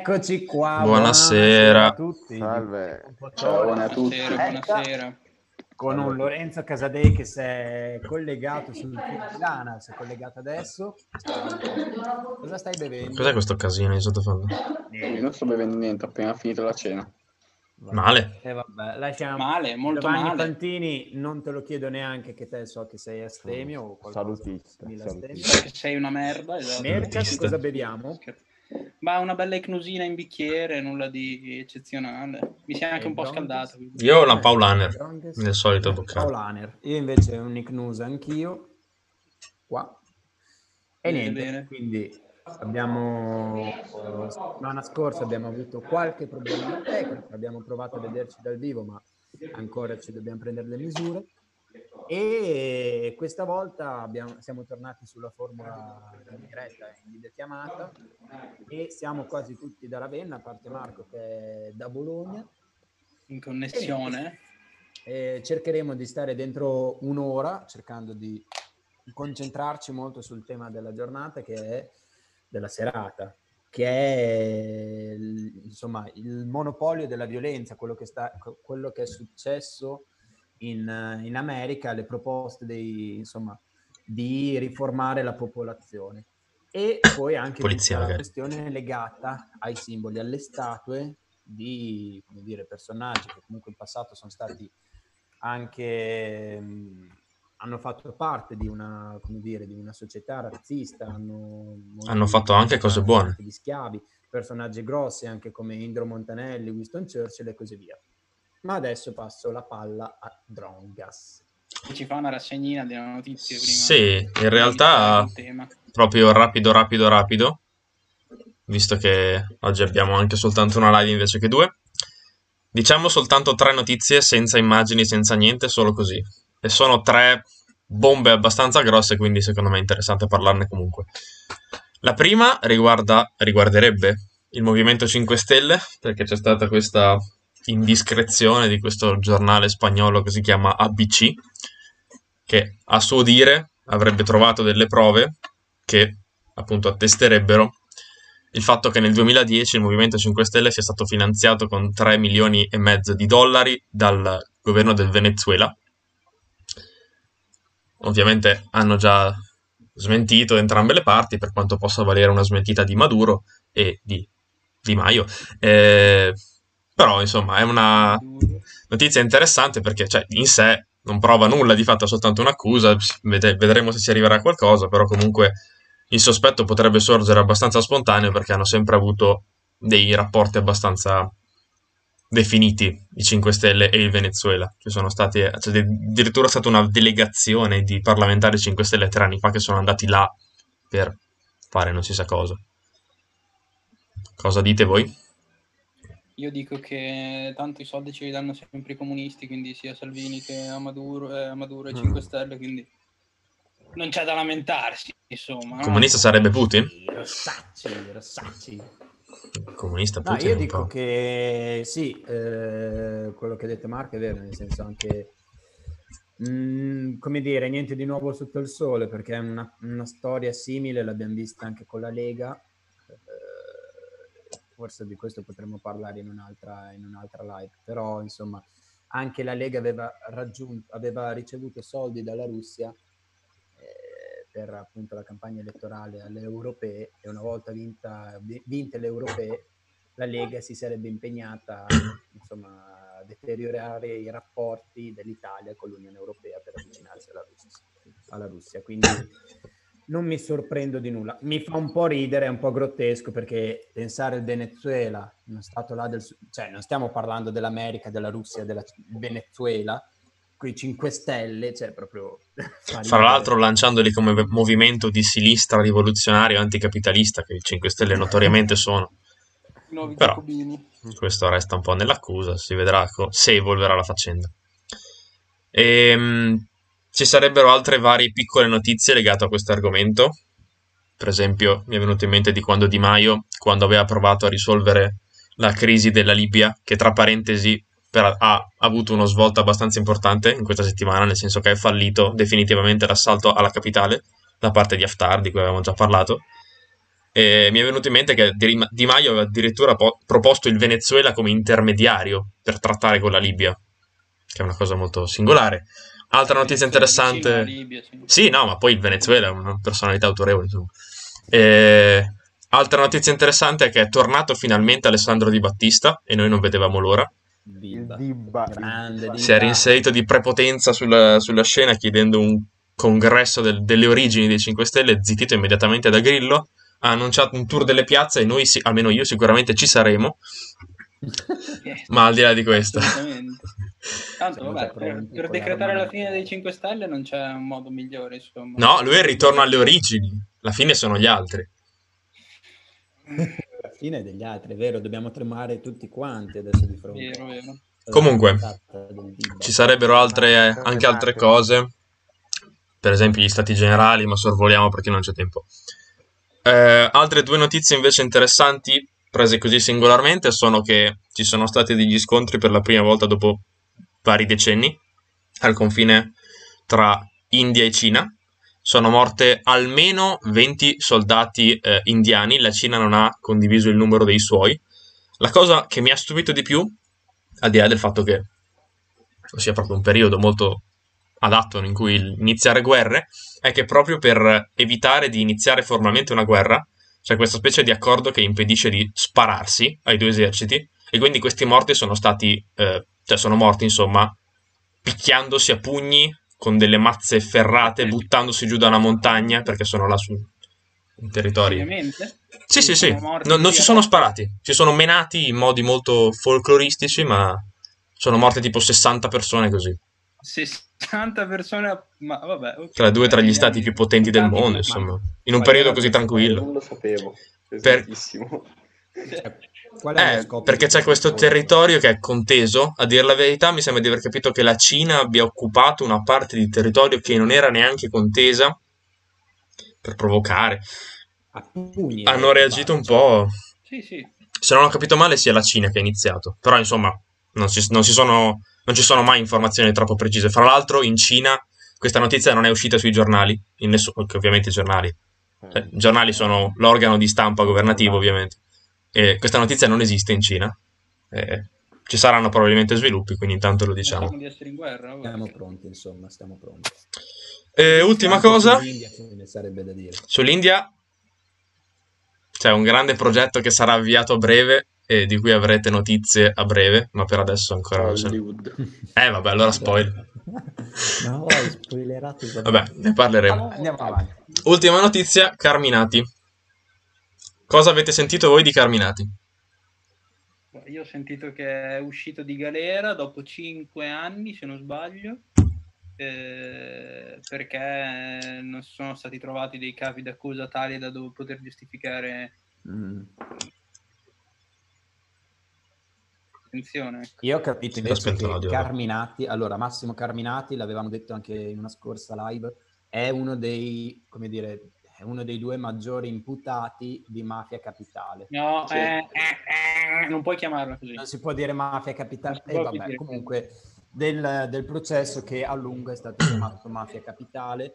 Eccoci qua, Buonasera a tutti. Salve. Ciao a tutti. Buonasera. Con un Lorenzo Casadei che si è collegato sul filo di lana, si è collegato adesso. Cosa stai bevendo? Cos'è questo casino di sottofondo? Io non sto bevendo niente, ho appena finito la cena. Male. Vabbè, lasciamo. Male, molto Giovanni male. Fantini, non te lo chiedo neanche che te so che sei astemio o qualcosa. Salutista. Che sei una merda. Esatto. Mercas, cosa beviamo? Ma una bella ecnosina in bicchiere, nulla di eccezionale. Mi si è anche un po' scaldato. Io ho la Paulaner, nel solito boccale. Paulaner. Io invece ho un Icnusa anch'io. Qua. E niente, bene. quindi abbiamo settimana scorsa abbiamo avuto qualche problema tecnico, abbiamo provato a vederci dal vivo, ma ancora ci dobbiamo prendere le misure. E questa volta siamo tornati sulla formula in diretta in videochiamata e siamo quasi tutti da Ravenna, a parte Marco che è da Bologna. In connessione. E cercheremo di stare dentro un'ora, cercando di concentrarci molto sul tema della giornata, che è della serata, che è insomma il monopolio della violenza, quello che è successo in America, le proposte di riformare la popolazione, e poi anche Polizia, tutta la questione legata ai simboli, alle statue di personaggi che comunque in passato sono stati anche hanno fatto parte di una società razzista, hanno fatto anche cose buone, di schiavi, personaggi grossi anche come Indro Montanelli, Winston Churchill e così via. Ma adesso passo la palla a Drongas. Ci fa una rassegnina delle notizie prima. Sì, in realtà proprio rapido, visto che oggi abbiamo anche soltanto una live invece che due. Diciamo soltanto 3 notizie, senza immagini, senza niente, solo così. E sono 3 bombe abbastanza grosse, quindi secondo me è interessante parlarne comunque. La prima riguarderebbe il Movimento 5 Stelle, perché c'è stata questa indiscrezione di questo giornale spagnolo che si chiama ABC, che a suo dire avrebbe trovato delle prove che appunto attesterebbero il fatto che nel 2010 il Movimento 5 Stelle sia stato finanziato con 3 milioni e mezzo di dollari dal governo del Venezuela. Ovviamente hanno già smentito entrambe le parti, per quanto possa valere una smentita di Maduro e di Di Maio. Però insomma è una notizia interessante perché in sé non prova nulla, di fatto è soltanto un'accusa, vedremo se si arriverà a qualcosa, però comunque il sospetto potrebbe sorgere abbastanza spontaneo perché hanno sempre avuto dei rapporti abbastanza definiti, i 5 Stelle e il Venezuela. C'è addirittura stata una delegazione di parlamentari 5 Stelle 3 anni fa che sono andati là per fare non si sa cosa. Cosa dite voi? Io dico che tanto i soldi ce li danno sempre i comunisti, quindi sia Salvini che a Maduro e 5 Stelle, quindi non c'è da lamentarsi, insomma. Il comunista sarebbe Putin? Rossacci. Comunista Putin. Io dico che sì, quello che ha detto Marco è vero, nel senso anche come dire, niente di nuovo sotto il sole, perché è una storia simile, l'abbiamo vista anche con la Lega. Forse di questo potremmo parlare in un'altra live, però insomma anche la Lega aveva ricevuto soldi dalla Russia per appunto la campagna elettorale alle europee, e una volta vinte le europee la Lega si sarebbe impegnata a deteriorare i rapporti dell'Italia con l'Unione Europea per avvicinarsi alla Russia. Quindi non mi sorprendo di nulla. Mi fa un po' ridere, è un po' grottesco, perché pensare al Venezuela, uno stato là non stiamo parlando dell'America, della Russia, della Venezuela, con i 5 Stelle, proprio... Fra l'altro lanciandoli come movimento di sinistra rivoluzionario anticapitalista, che i 5 Stelle notoriamente sono. Però questo resta un po' nell'accusa, si vedrà se evolverà la faccenda. Ci sarebbero altre varie piccole notizie legate a questo argomento. Per esempio, mi è venuto in mente di quando Di Maio, quando aveva provato a risolvere la crisi della Libia, che tra parentesi ha avuto uno svolto abbastanza importante in questa settimana, nel senso che è fallito definitivamente l'assalto alla capitale da parte di Haftar, di cui avevamo già parlato. E mi è venuto in mente che Di Maio aveva addirittura proposto il Venezuela come intermediario per trattare con la Libia, che è una cosa molto singolare. Altra notizia interessante... Libia, sì. Sì, no, ma poi il Venezuela è una personalità autorevole, insomma. Altra notizia interessante è che è tornato finalmente Alessandro Di Battista e noi non vedevamo l'ora. Dibba. Grande Dibba. Si è reinserito di prepotenza sulla scena chiedendo un congresso delle origini dei 5 Stelle, zittito immediatamente da Grillo. Ha annunciato un tour delle piazze e noi, almeno io, sicuramente ci saremo. Ma al di là di questo... Tanto, vabbè, per decretare la fine dei 5 Stelle non c'è un modo migliore, insomma. No, lui è il ritorno alle origini. La fine sono gli altri. La fine degli altri, è vero, dobbiamo tremare tutti quanti adesso di fronte. Vero. Comunque, ci sarebbero anche altre cose, per esempio gli stati generali, ma sorvoliamo perché non c'è tempo. Altre due notizie invece interessanti, prese così singolarmente, sono che ci sono stati degli scontri per la prima volta dopo vari decenni al confine tra India e Cina. Sono morte almeno 20 soldati indiani, la Cina non ha condiviso il numero dei suoi. La cosa che mi ha stupito di più, al di là del fatto che sia proprio un periodo molto adatto in cui iniziare guerre, è che proprio per evitare di iniziare formalmente una guerra c'è questa specie di accordo che impedisce di spararsi ai due eserciti, e quindi questi morti sono stati, sono morti insomma picchiandosi a pugni con delle mazze ferrate, buttandosi giù da una montagna perché sono là su un territorio. Sì. Non ci sono sparati, si sono menati in modi molto folcloristici, ma sono morte tipo 60 persone così. 60 persone, ma vabbè. Okay. Tra gli stati più potenti del mondo, insomma, in un periodo così tranquillo. Non lo sapevo, perché c'è questo territorio che è conteso. A dire la verità, mi sembra di aver capito che la Cina abbia occupato una parte di territorio che non era neanche contesa per provocare. Hanno reagito un po'. Sì. Se non ho capito male, sia la Cina che ha iniziato. Però, insomma, non ci sono mai informazioni troppo precise. Fra l'altro, in Cina questa notizia non è uscita sui giornali, che ovviamente i giornali sono l'organo di stampa governativo, ovviamente. E questa notizia non esiste in Cina. Ci saranno probabilmente sviluppi, quindi intanto lo diciamo. Di essere in guerra, stiamo pronti, insomma, stiamo pronti. Ultima cosa, sull'India sarebbe da dire. Sull'India c'è un grande progetto che sarà avviato a breve e di cui avrete notizie a breve, ma per adesso ancora non c'è. Vabbè, allora spoiler. No, hai spoilerato. Vabbè, ne parleremo. Andiamo avanti. Ultima notizia, Carminati. Cosa avete sentito voi di Carminati? Io ho sentito che è uscito di galera dopo 5 anni, se non sbaglio, perché non sono stati trovati dei capi d'accusa tali da poter giustificare attenzione. Io ho capito invece che Carminati, allora Massimo Carminati, l'avevamo detto anche in una scorsa live, è uno dei, come dire, è uno dei due maggiori imputati di Mafia Capitale. No, sì. Non puoi chiamarla così. Non si può dire Mafia Capitale. Vabbè, comunque del processo che a lungo è stato chiamato Mafia Capitale,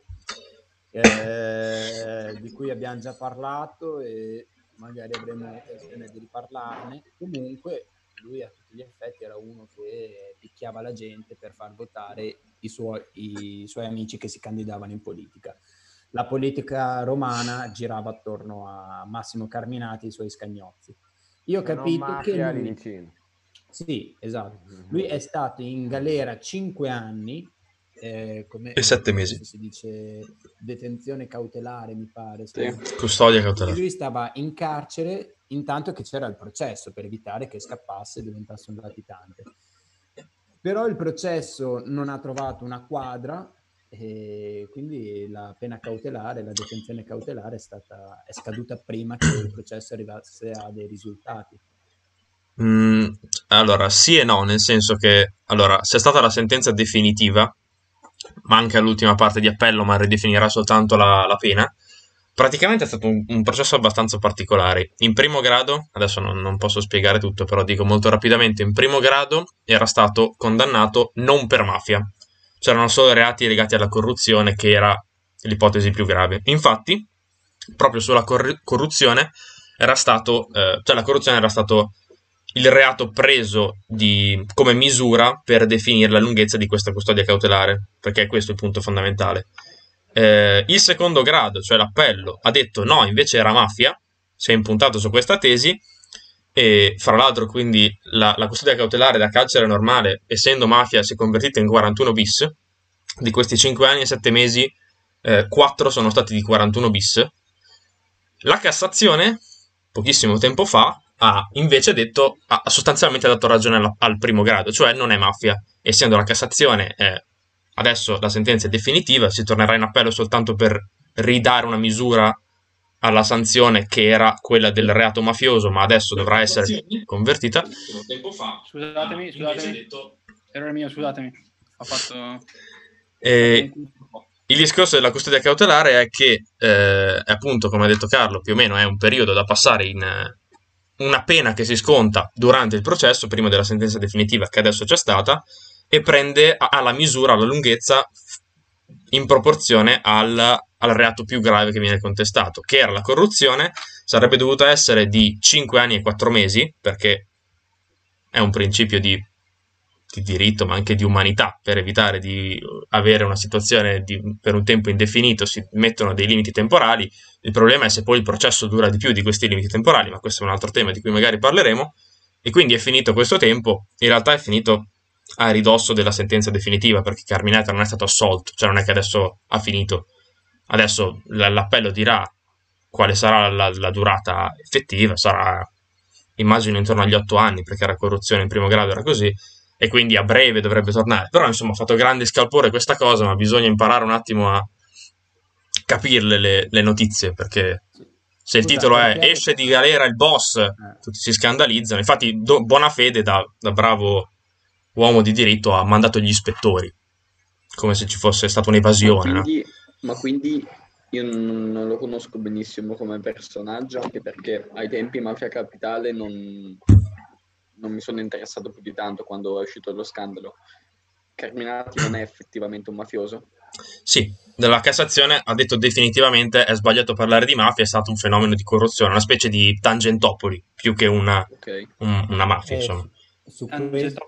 di cui abbiamo già parlato e magari avremo occasione di riparlarne. Comunque lui a tutti gli effetti era uno che picchiava la gente per far votare i suoi amici che si candidavano in politica. La politica romana girava attorno a Massimo Carminati e i suoi scagnozzi. Io ho capito che lui... Sì, esatto. Lui è stato in galera 5 anni e 7 mesi. Si dice detenzione cautelare, mi pare. Sì. Custodia cautelare. Lui stava in carcere intanto che c'era il processo per evitare che scappasse e diventasse un latitante. Però il processo non ha trovato una quadra e quindi la pena cautelare, la detenzione cautelare è scaduta prima che il processo arrivasse a dei risultati. Allora, sì e no, nel senso che c'è stata la sentenza definitiva, manca l'ultima parte di appello, ma ridefinirà soltanto la pena. Praticamente è stato un processo abbastanza particolare. In primo grado, adesso non posso spiegare tutto, però dico molto rapidamente, in primo grado era stato condannato non per mafia. C'erano solo reati legati alla corruzione, che era l'ipotesi più grave. Infatti, proprio sulla corruzione era stato, cioè la corruzione era stato il reato preso come misura per definire la lunghezza di questa custodia cautelare, perché è questo il punto fondamentale. Il secondo grado, cioè l'appello, ha detto no, invece era mafia, si è impuntato su questa tesi, e fra l'altro quindi la custodia cautelare da carcere normale, essendo mafia, si è convertita in 41 bis. Di questi 5 anni e 7 mesi, 4 sono stati di 41 bis. La Cassazione, pochissimo tempo fa, ha invece detto, ha sostanzialmente dato ragione al primo grado, cioè non è mafia. Essendo la Cassazione, adesso la sentenza è definitiva, si tornerà in appello soltanto per ridare una misura alla sanzione che era quella del reato mafioso, ma adesso dovrà essere convertita. Tempo fa, scusatemi, errore mio, scusatemi. Ho fatto... Il discorso della custodia cautelare è che, appunto, come ha detto Carlo, più o meno è un periodo da passare in una pena che si sconta durante il processo, prima della sentenza definitiva che adesso c'è stata, e prende alla misura, alla lunghezza in proporzione al reato più grave che viene contestato, che era la corruzione. Sarebbe dovuta essere di 5 anni e 4 mesi, perché è un principio di diritto, ma anche di umanità, per evitare di avere una situazione per un tempo indefinito, si mettono dei limiti temporali. Il problema è se poi il processo dura di più di questi limiti temporali, ma questo è un altro tema di cui magari parleremo. E quindi è finito questo tempo, in realtà è finito a ridosso della sentenza definitiva, perché Carminati non è stato assolto, cioè non è che adesso ha finito. Adesso l'appello dirà quale sarà la durata effettiva, sarà immagino intorno agli 8 anni, perché era corruzione in primo grado, era così, e quindi a breve dovrebbe tornare. Però insomma ha fatto grande scalpore questa cosa, ma bisogna imparare un attimo a capirle le notizie, perché se il titolo è esce di galera il boss, tutti si scandalizzano. Infatti Bonafede, da bravo uomo di diritto, ha mandato gli ispettori, come se ci fosse stata un'evasione. Ma quindi io non lo conosco benissimo come personaggio, anche perché ai tempi Mafia Capitale non mi sono interessato più di tanto quando è uscito lo scandalo. Carminati non è effettivamente un mafioso? Sì, la Cassazione ha detto definitivamente è sbagliato parlare di mafia, è stato un fenomeno di corruzione, una specie di Tangentopoli, più che una mafia, insomma. Su questo,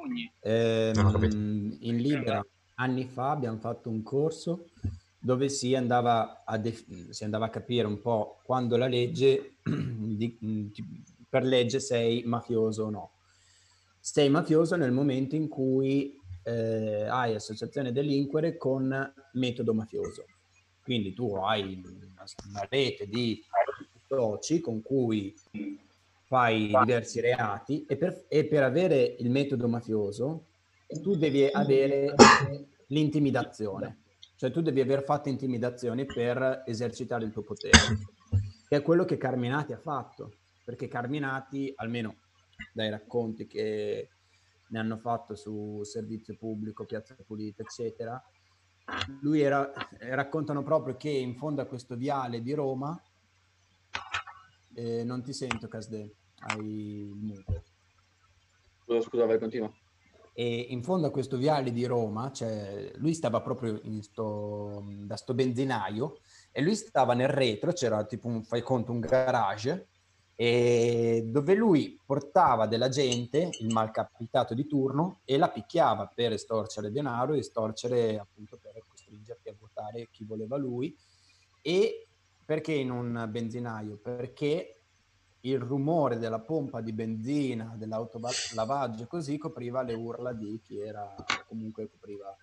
in Libera, anni fa abbiamo fatto un corso dove si andava a capire un po' quando la legge, per legge sei mafioso o no. Sei mafioso nel momento in cui hai associazione a delinquere con metodo mafioso. Quindi tu hai una rete di soci con cui fai diversi reati e per avere il metodo mafioso tu devi avere l'intimidazione. Cioè tu devi aver fatto intimidazioni per esercitare il tuo potere, che è quello che Carminati ha fatto, perché Carminati, almeno dai racconti che ne hanno fatto su Servizio Pubblico, Piazza Pulita, eccetera, lui raccontano proprio che in fondo a questo viale di Roma, non ti sento Casdè, hai il muto. Scusa, vai, continua. E in fondo a questo viale di Roma, cioè, lui stava proprio da sto benzinaio, e lui stava nel retro, c'era tipo fai conto, un garage, e dove lui portava della gente, il malcapitato di turno, e la picchiava per estorcere denaro, estorcere appunto per costringerti a votare chi voleva lui. E perché in un benzinaio? Perché il rumore della pompa di benzina, dell'autolavaggio, così copriva le urla di chi era, comunque copriva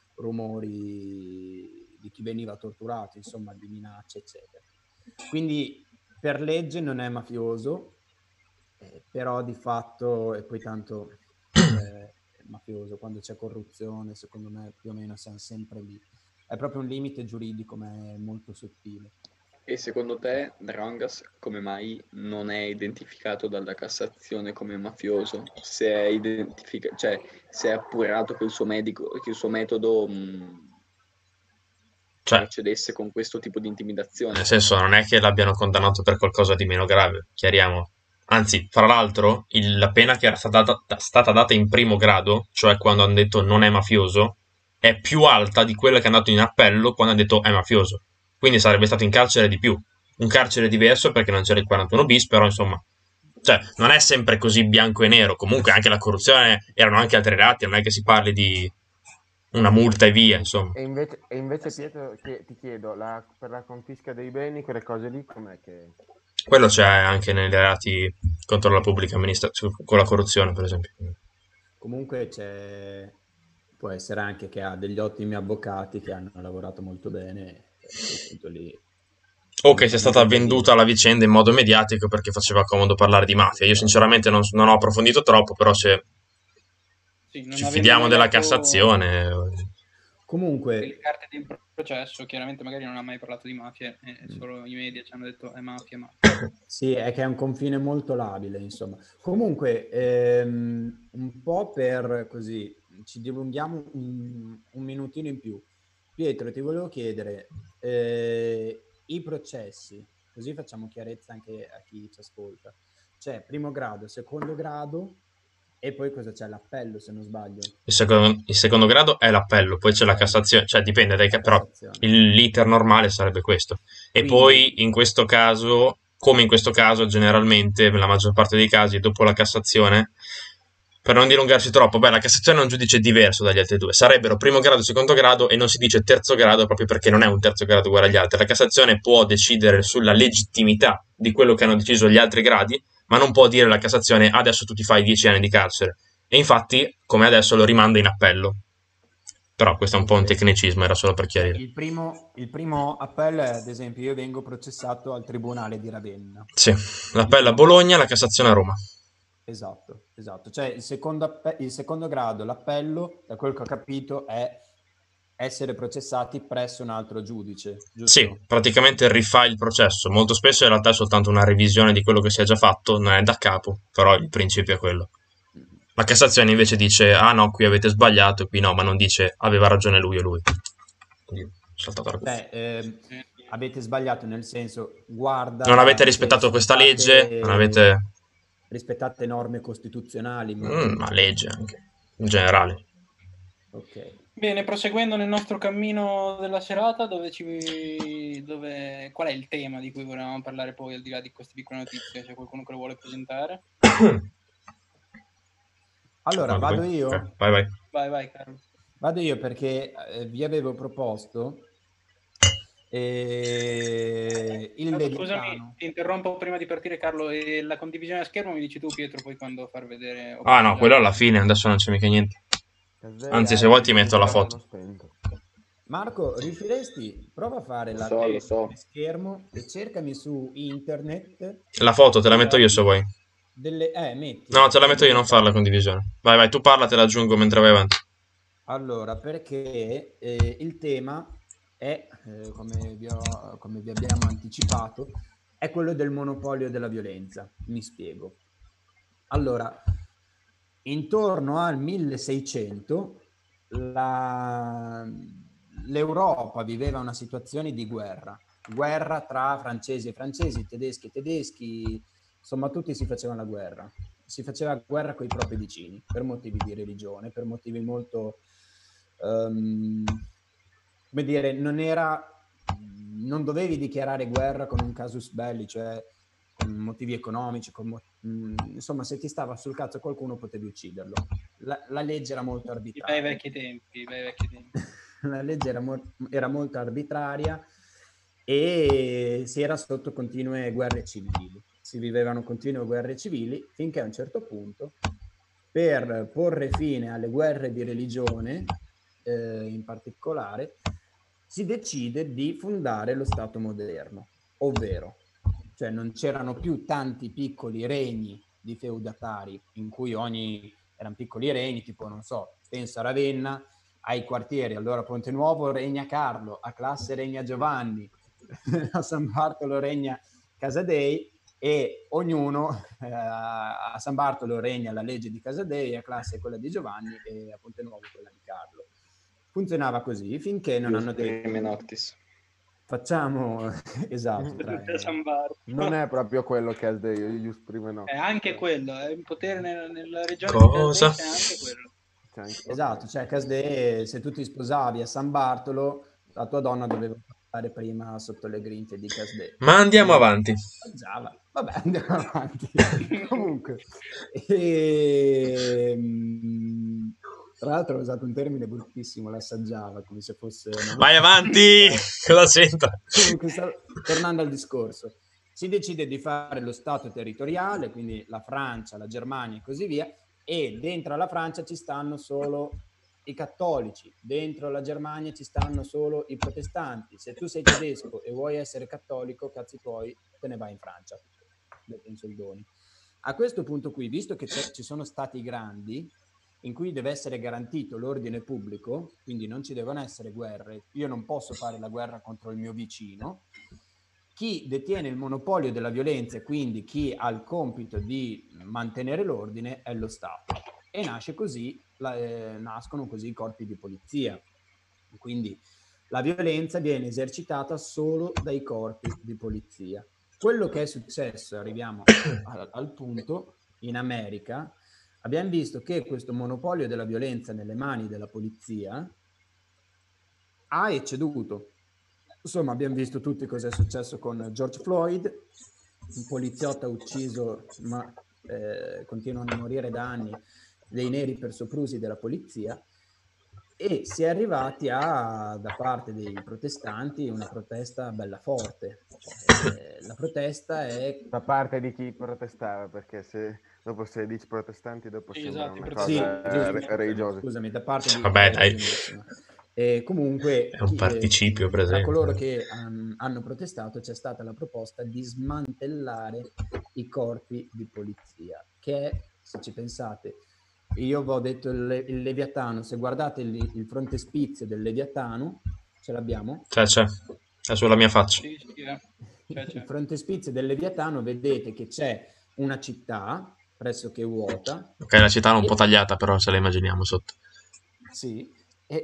rumori di chi veniva torturato, insomma, di minacce, eccetera. Quindi per legge non è mafioso, però di fatto, e poi tanto è mafioso quando c'è corruzione, secondo me più o meno siamo sempre lì. È proprio un limite giuridico, ma è molto sottile. E secondo te Drangas come mai non è identificato dalla Cassazione come mafioso? Se è se è appurato che il suo metodo procedesse con questo tipo di intimidazione? Nel senso, non è che l'abbiano condannato per qualcosa di meno grave, chiariamo. Anzi, fra l'altro, la pena che era stata data in primo grado, cioè quando hanno detto non è mafioso, è più alta di quella che è andato in appello quando hanno detto è mafioso. Quindi sarebbe stato in carcere di più. un carcere diverso perché non c'era il 41 bis, però insomma, cioè, non è sempre così bianco e nero. Comunque anche la corruzione, erano anche altri reati, non è che si parli di una multa e via, insomma. E invece Pietro, ti chiedo, per la confisca dei beni, quelle cose lì, com'è che... Quello c'è anche nei reati contro la pubblica amministrazione, con la corruzione, per esempio. Comunque può essere anche che ha degli ottimi avvocati che hanno lavorato molto bene, e appunto lì. O che sia stata venduta la vicenda in modo mediatico perché faceva comodo parlare di mafia. Io sinceramente non ho approfondito troppo, però se ci fidiamo della Cassazione... Comunque, le carte di processo, chiaramente magari non ha mai parlato di mafia, solo i media ci hanno detto è mafia. Sì, è che è un confine molto labile, insomma. Comunque, un po' per così, ci dilunghiamo un minutino in più. Pietro, ti volevo chiedere, i processi, così facciamo chiarezza anche a chi ci ascolta. C'è primo grado, secondo grado, e poi cosa c'è? L'appello, se non sbaglio. Il secondo grado è l'appello, poi c'è la Cassazione, cioè dipende però l'iter normale sarebbe questo. E Quindi, poi in questo caso, come in questo caso, generalmente, nella maggior parte dei casi, dopo la Cassazione, per non dilungarsi troppo, la Cassazione è un giudice diverso dagli altri due. Sarebbero primo grado e secondo grado e non si dice terzo grado proprio perché non è un terzo grado uguale agli altri. La Cassazione può decidere sulla legittimità di quello che hanno deciso gli altri gradi, ma non può dire la Cassazione adesso tu ti fai 10 anni di carcere. E infatti, come adesso, lo rimanda in appello. Però questo è un po' un tecnicismo, era solo per chiarire. Il primo appello è, ad esempio, io vengo processato al Tribunale di Ravenna. Sì, l'appello a Bologna, la Cassazione a Roma. Esatto. Cioè il secondo grado, l'appello, da quel che ho capito, è essere processati presso un altro giudice, giusto? Sì, praticamente rifà il processo. Molto spesso in realtà è soltanto una revisione di quello che si è già fatto, non è da capo, però il principio è quello. La Cassazione invece dice, ah no, qui avete sbagliato, qui no, ma non dice aveva ragione lui o lui. Quindi saltato la Beh, avete sbagliato nel senso, guarda... Non avete rispettato questa legge, non avete... Rispettate norme costituzionali. Ma legge anche, in generale. Ok. Bene, proseguendo nel nostro cammino della serata, qual è il tema di cui volevamo parlare poi, al di là di queste piccole notizie? C'è qualcuno che lo vuole presentare? Allora, vado io? Okay, vai Carlo. Vado io perché vi avevo proposto Scusami, ti interrompo prima di partire, Carlo, e la condivisione a schermo mi dici tu, Pietro, poi quando far vedere... Ah no, quello alla fine, adesso non c'è mica niente. Anzi, se vuoi ti metto la foto. Marco, riusciresti? Prova a fare la schermo e cercami su internet. La foto te la metto io se vuoi. Metti. No, te la metto io, non fare la condivisione. Vai, tu parla, te la aggiungo mentre vai avanti. Allora, perché il tema è, come vi abbiamo anticipato, è quello del monopolio della violenza. Mi spiego. Allora, intorno al 1600 l'Europa viveva una situazione di guerra tra francesi e francesi, tedeschi e tedeschi, insomma tutti si facevano la guerra. Si faceva guerra con i propri vicini per motivi di religione, per motivi molto, come dire, non dovevi dichiarare guerra con un casus belli, cioè con motivi economici, insomma se ti stava sul cazzo qualcuno potevi ucciderlo. La legge era molto arbitraria. I bei vecchi tempi. La legge era molto arbitraria e si era sotto continue guerre civili. Si vivevano continue guerre civili finché a un certo punto, per porre fine alle guerre di religione, in particolare, si decide di fondare lo Stato moderno, ovvero, cioè non c'erano più tanti piccoli regni di feudatari in cui erano piccoli regni, tipo, non so, pensa a Ravenna, ai quartieri, allora Ponte Nuovo regna Carlo, a Classe regna Giovanni, a San Bartolo regna Casadei, e ognuno a San Bartolo regna la legge di Casadei, a Classe quella di Giovanni e a Ponte Nuovo quella di Carlo. Funzionava così finché non hanno detto facciamo esatto non è proprio quello che Ius prima no. È anche quello, è un potere nella regione cosa? Di Casdei, è anche quello. Esatto, cioè Casdei, se tu ti sposavi a San Bartolo, la tua donna doveva prima sotto le grinfie di Casdè. Ma andiamo avanti. Vabbè, andiamo avanti. Comunque, tra l'altro ho usato un termine bruttissimo, l'assaggiava, come se fosse... Vai avanti! Cosa sento? Comunque, tornando al discorso, si decide di fare lo Stato territoriale, quindi la Francia, la Germania e così via, e dentro alla Francia ci stanno solo i cattolici, dentro la Germania ci stanno solo i protestanti. Se tu sei tedesco e vuoi essere cattolico, cazzi tuoi, te ne vai in Francia, in soldoni. A questo punto qui, visto che ci sono stati grandi in cui deve essere garantito l'ordine pubblico, quindi non ci devono essere guerre, io non posso fare la guerra contro il mio vicino, chi detiene il monopolio della violenza e quindi chi ha il compito di mantenere l'ordine è lo Stato. E nascono così i corpi di polizia. Quindi la violenza viene esercitata solo dai corpi di polizia. Quello che è successo, arriviamo al punto, in America, abbiamo visto che questo monopolio della violenza nelle mani della polizia ha ecceduto. Insomma, abbiamo visto tutti cosa è successo con George Floyd, un poliziotto ha ucciso, ma continuano a morire da anni, dei neri per soprusi della polizia, e si è arrivati da parte dei protestanti, una protesta bella forte. La protesta è... Da parte di chi protestava, perché se dopo 16 protestanti dopo sembra una cosa sì, religiosa. Scusami, da parte di... Vabbè, dai. E comunque è un participio presente. tra coloro che hanno protestato c'è stata la proposta di smantellare i corpi di polizia, che è, se ci pensate, io avevo detto il Leviatano, se guardate il frontespizio del Leviatano, ce l'abbiamo? C'è, è sulla mia faccia. Sì, c'è. Il frontespizio del Leviatano, vedete che c'è una città pressoché vuota. Ok, la città è un po' tagliata, però ce la immaginiamo sotto. Sì.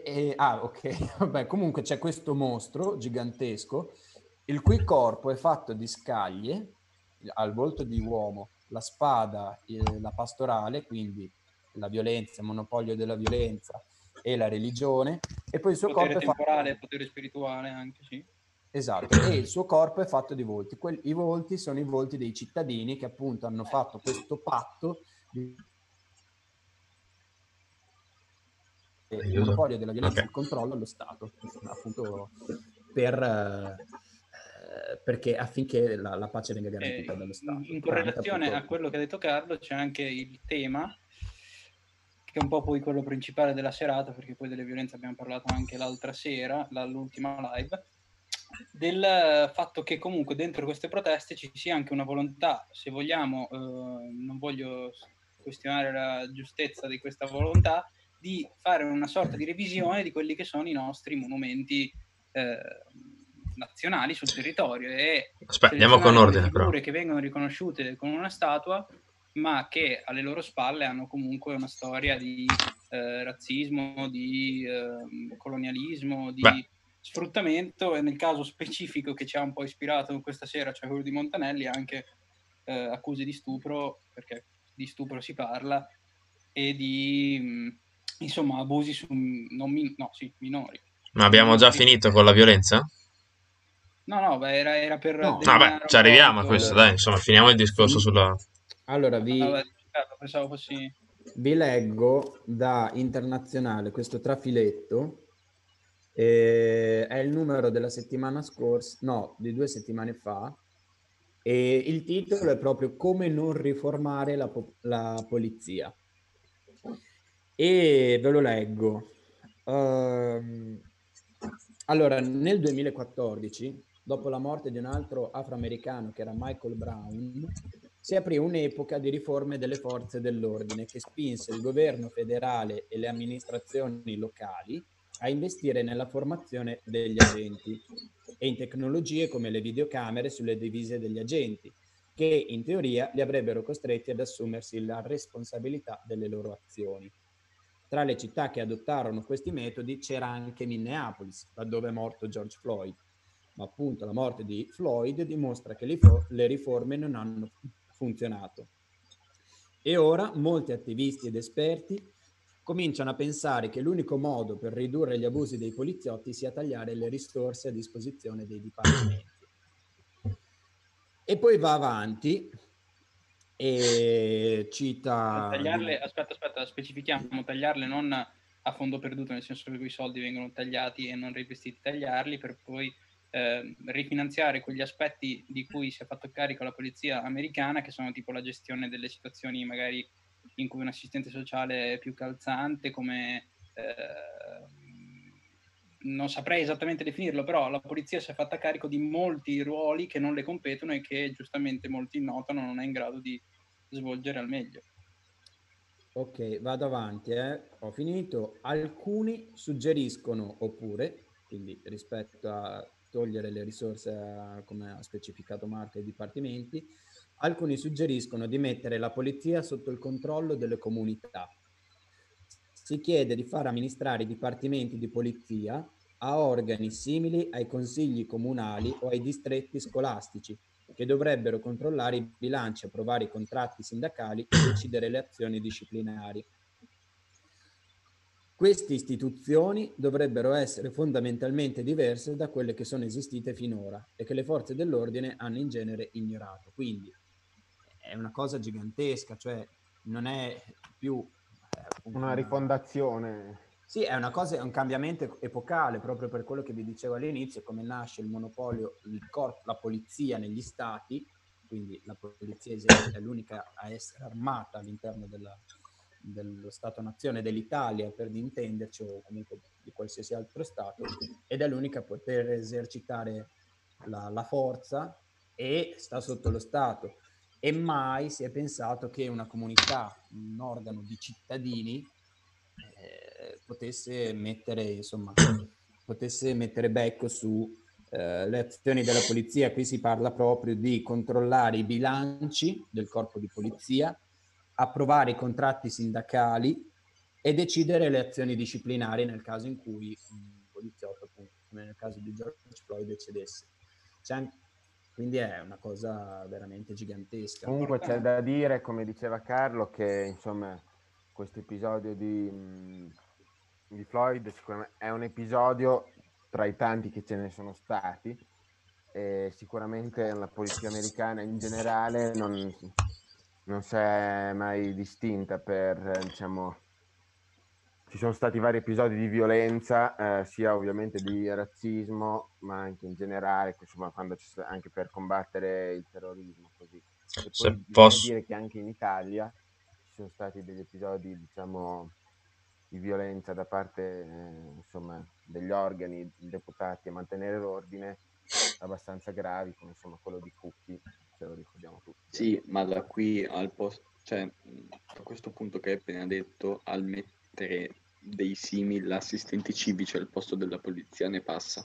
Ok. Vabbè, comunque c'è questo mostro gigantesco, il cui corpo è fatto di scaglie, al volto di uomo, la spada, la pastorale, quindi la violenza, il monopolio della violenza e la religione, e poi il suo potere corpo temporale, potere spirituale anche, sì. Esatto, e il suo corpo è fatto di volti. I volti sono i volti dei cittadini che appunto hanno fatto questo patto di il monopolio della violenza e il controllo allo Stato, appunto perché affinché la pace venga garantita dallo Stato. In correlazione a quello che ha detto Carlo c'è anche il tema, che è un po' poi quello principale della serata, perché poi delle violenze abbiamo parlato anche l'altra sera, l'ultima live, del fatto che comunque dentro queste proteste ci sia anche una volontà, se vogliamo, non voglio questionare la giustezza di questa volontà, di fare una sorta di revisione di quelli che sono i nostri monumenti nazionali sul territorio e andiamo con ordine, figure però, che vengono riconosciute con una statua, ma che alle loro spalle hanno comunque una storia di razzismo, di colonialismo, di sfruttamento, e nel caso specifico che ci ha un po' ispirato questa sera, cioè quello di Montanelli, anche accuse di stupro, perché di stupro si parla, e di insomma abusi su minori. Ma abbiamo già finito con la violenza? No, era per... No, ci arriviamo a questo, dai, insomma, finiamo il discorso sulla... Allora, pensavo fossi... vi leggo da Internazionale questo trafiletto, è il numero della settimana scorsa, no, di 2 settimane fa, e il titolo è proprio Come non riformare la polizia. E ve lo leggo. Allora, nel 2014, dopo la morte di un altro afroamericano che era Michael Brown, si aprì un'epoca di riforme delle forze dell'ordine che spinse il governo federale e le amministrazioni locali a investire nella formazione degli agenti e in tecnologie come le videocamere sulle divise degli agenti, che in teoria li avrebbero costretti ad assumersi la responsabilità delle loro azioni. Tra le città che adottarono questi metodi c'era anche Minneapolis, da dove è morto George Floyd. Ma appunto la morte di Floyd dimostra che le riforme non hanno funzionato. E ora molti attivisti ed esperti cominciano a pensare che l'unico modo per ridurre gli abusi dei poliziotti sia tagliare le risorse a disposizione dei dipartimenti. E poi va avanti e cita... Aspetta, specifichiamo, tagliarle non a fondo perduto, nel senso che quei soldi vengono tagliati e non rivestiti, tagliarli per poi rifinanziare quegli aspetti di cui si è fatto carico la polizia americana, che sono tipo la gestione delle situazioni magari in cui un assistente sociale è più calzante, come non saprei esattamente definirlo, però la polizia si è fatta carico di molti ruoli che non le competono e che giustamente molti notano non è in grado di svolgere al meglio. Ok, vado avanti, ho finito. Alcuni suggeriscono, oppure, quindi rispetto a togliere le risorse, come ha specificato Marco, ai dipartimenti, alcuni suggeriscono di mettere la polizia sotto il controllo delle comunità. Si chiede di far amministrare i dipartimenti di polizia a organi simili ai consigli comunali o ai distretti scolastici, che dovrebbero controllare i bilanci, approvare i contratti sindacali e decidere le azioni disciplinari. Queste istituzioni dovrebbero essere fondamentalmente diverse da quelle che sono esistite finora e che le forze dell'ordine hanno in genere ignorato. Quindi è una cosa gigantesca, cioè non è più una rifondazione. Sì, è una cosa, è un cambiamento epocale, proprio per quello che vi dicevo all'inizio, come nasce il monopolio, la polizia negli stati, quindi la polizia è l'unica a essere armata all'interno dello Stato-nazione dell'Italia, per intenderci, o comunque di qualsiasi altro Stato, ed è l'unica a poter esercitare la forza e sta sotto lo Stato. E mai si è pensato che una comunità, un organo di cittadini, potesse mettere becco su le azioni della polizia. Qui si parla proprio di controllare i bilanci del corpo di polizia, approvare i contratti sindacali e decidere le azioni disciplinari nel caso in cui un poliziotto, appunto, come nel caso di George Floyd, eccedesse. Quindi è una cosa veramente gigantesca. Comunque c'è da dire, come diceva Carlo, che insomma questo episodio di Floyd sicuramente è un episodio tra i tanti che ce ne sono stati, e sicuramente la polizia americana in generale non si è mai distinta per, diciamo, ci sono stati vari episodi di violenza, sia ovviamente di razzismo, ma anche in generale, insomma, quando anche per combattere il terrorismo, così. E poi bisogna dire che anche in Italia ci sono stati degli episodi, diciamo, di violenza da parte, insomma, degli organi deputati a mantenere l'ordine abbastanza gravi, come insomma quello di Cucchi, ce lo ricordiamo tutti. Sì, ma da qui al posto, cioè a questo punto che hai appena detto, al mettere dei simili assistenti civici al posto della polizia ne passa.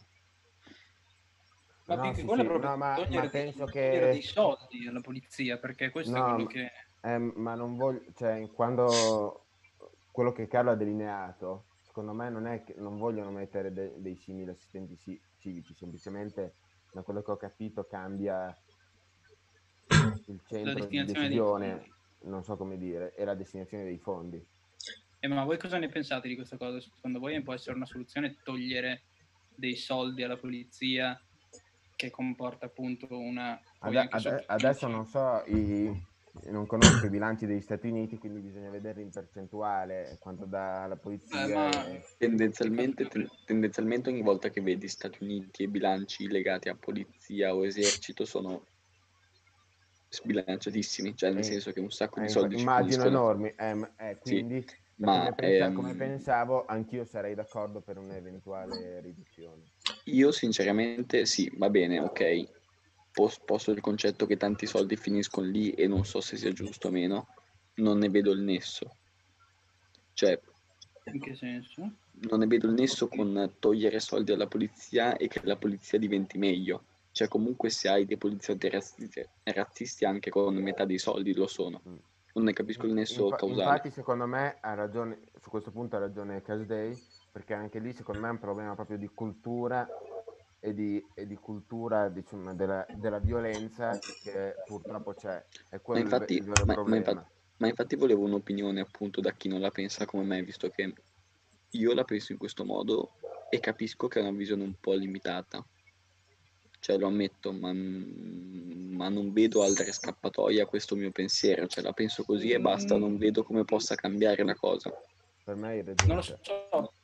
Ma più che quello è proprio ma penso togliere dei soldi alla polizia, perché questo è quello che... ma non voglio, cioè, quando quello che Carlo ha delineato, secondo me non è che non vogliono mettere dei simili assistenti civici, semplicemente da quello che ho capito cambia il centro di decisione, non so come dire, e la destinazione dei fondi. Ma voi cosa ne pensate di questa cosa? Secondo voi può essere una soluzione togliere dei soldi alla polizia, che comporta appunto una... Adesso non so, non conosco i bilanci degli Stati Uniti, quindi bisogna vedere in percentuale quanto dà la polizia. Tendenzialmente ogni volta che vedi Stati Uniti e bilanci legati a polizia o esercito sono sbilanciatissimi, cioè nel senso che un sacco di soldi immagino enormi, quindi sì, ma come pensavo, anch'io sarei d'accordo per un'eventuale riduzione. Io sinceramente sì, va bene, ok, posto il concetto che tanti soldi finiscono lì e non so se sia giusto o meno, non ne vedo il nesso. Cioè, in che senso? Non ne vedo il nesso con togliere soldi alla polizia e che la polizia diventi meglio. Cioè, comunque se hai dei poliziotti razzisti anche con metà dei soldi lo sono. Non ne capisco il nesso causale. Infatti, secondo me ha ragione, su questo punto ha ragione Casday, perché anche lì secondo me è un problema proprio di cultura e di cultura, diciamo, della violenza che purtroppo c'è. È quello il vero problema. Ma infatti volevo un'opinione appunto da chi non la pensa come me, visto che io la penso in questo modo e capisco che è una visione un po' limitata. Cioè lo ammetto, ma non vedo altre scappatoie a questo mio pensiero. Cioè la penso così e basta, non vedo come possa cambiare la cosa. Per me hai Non lo ragione. so.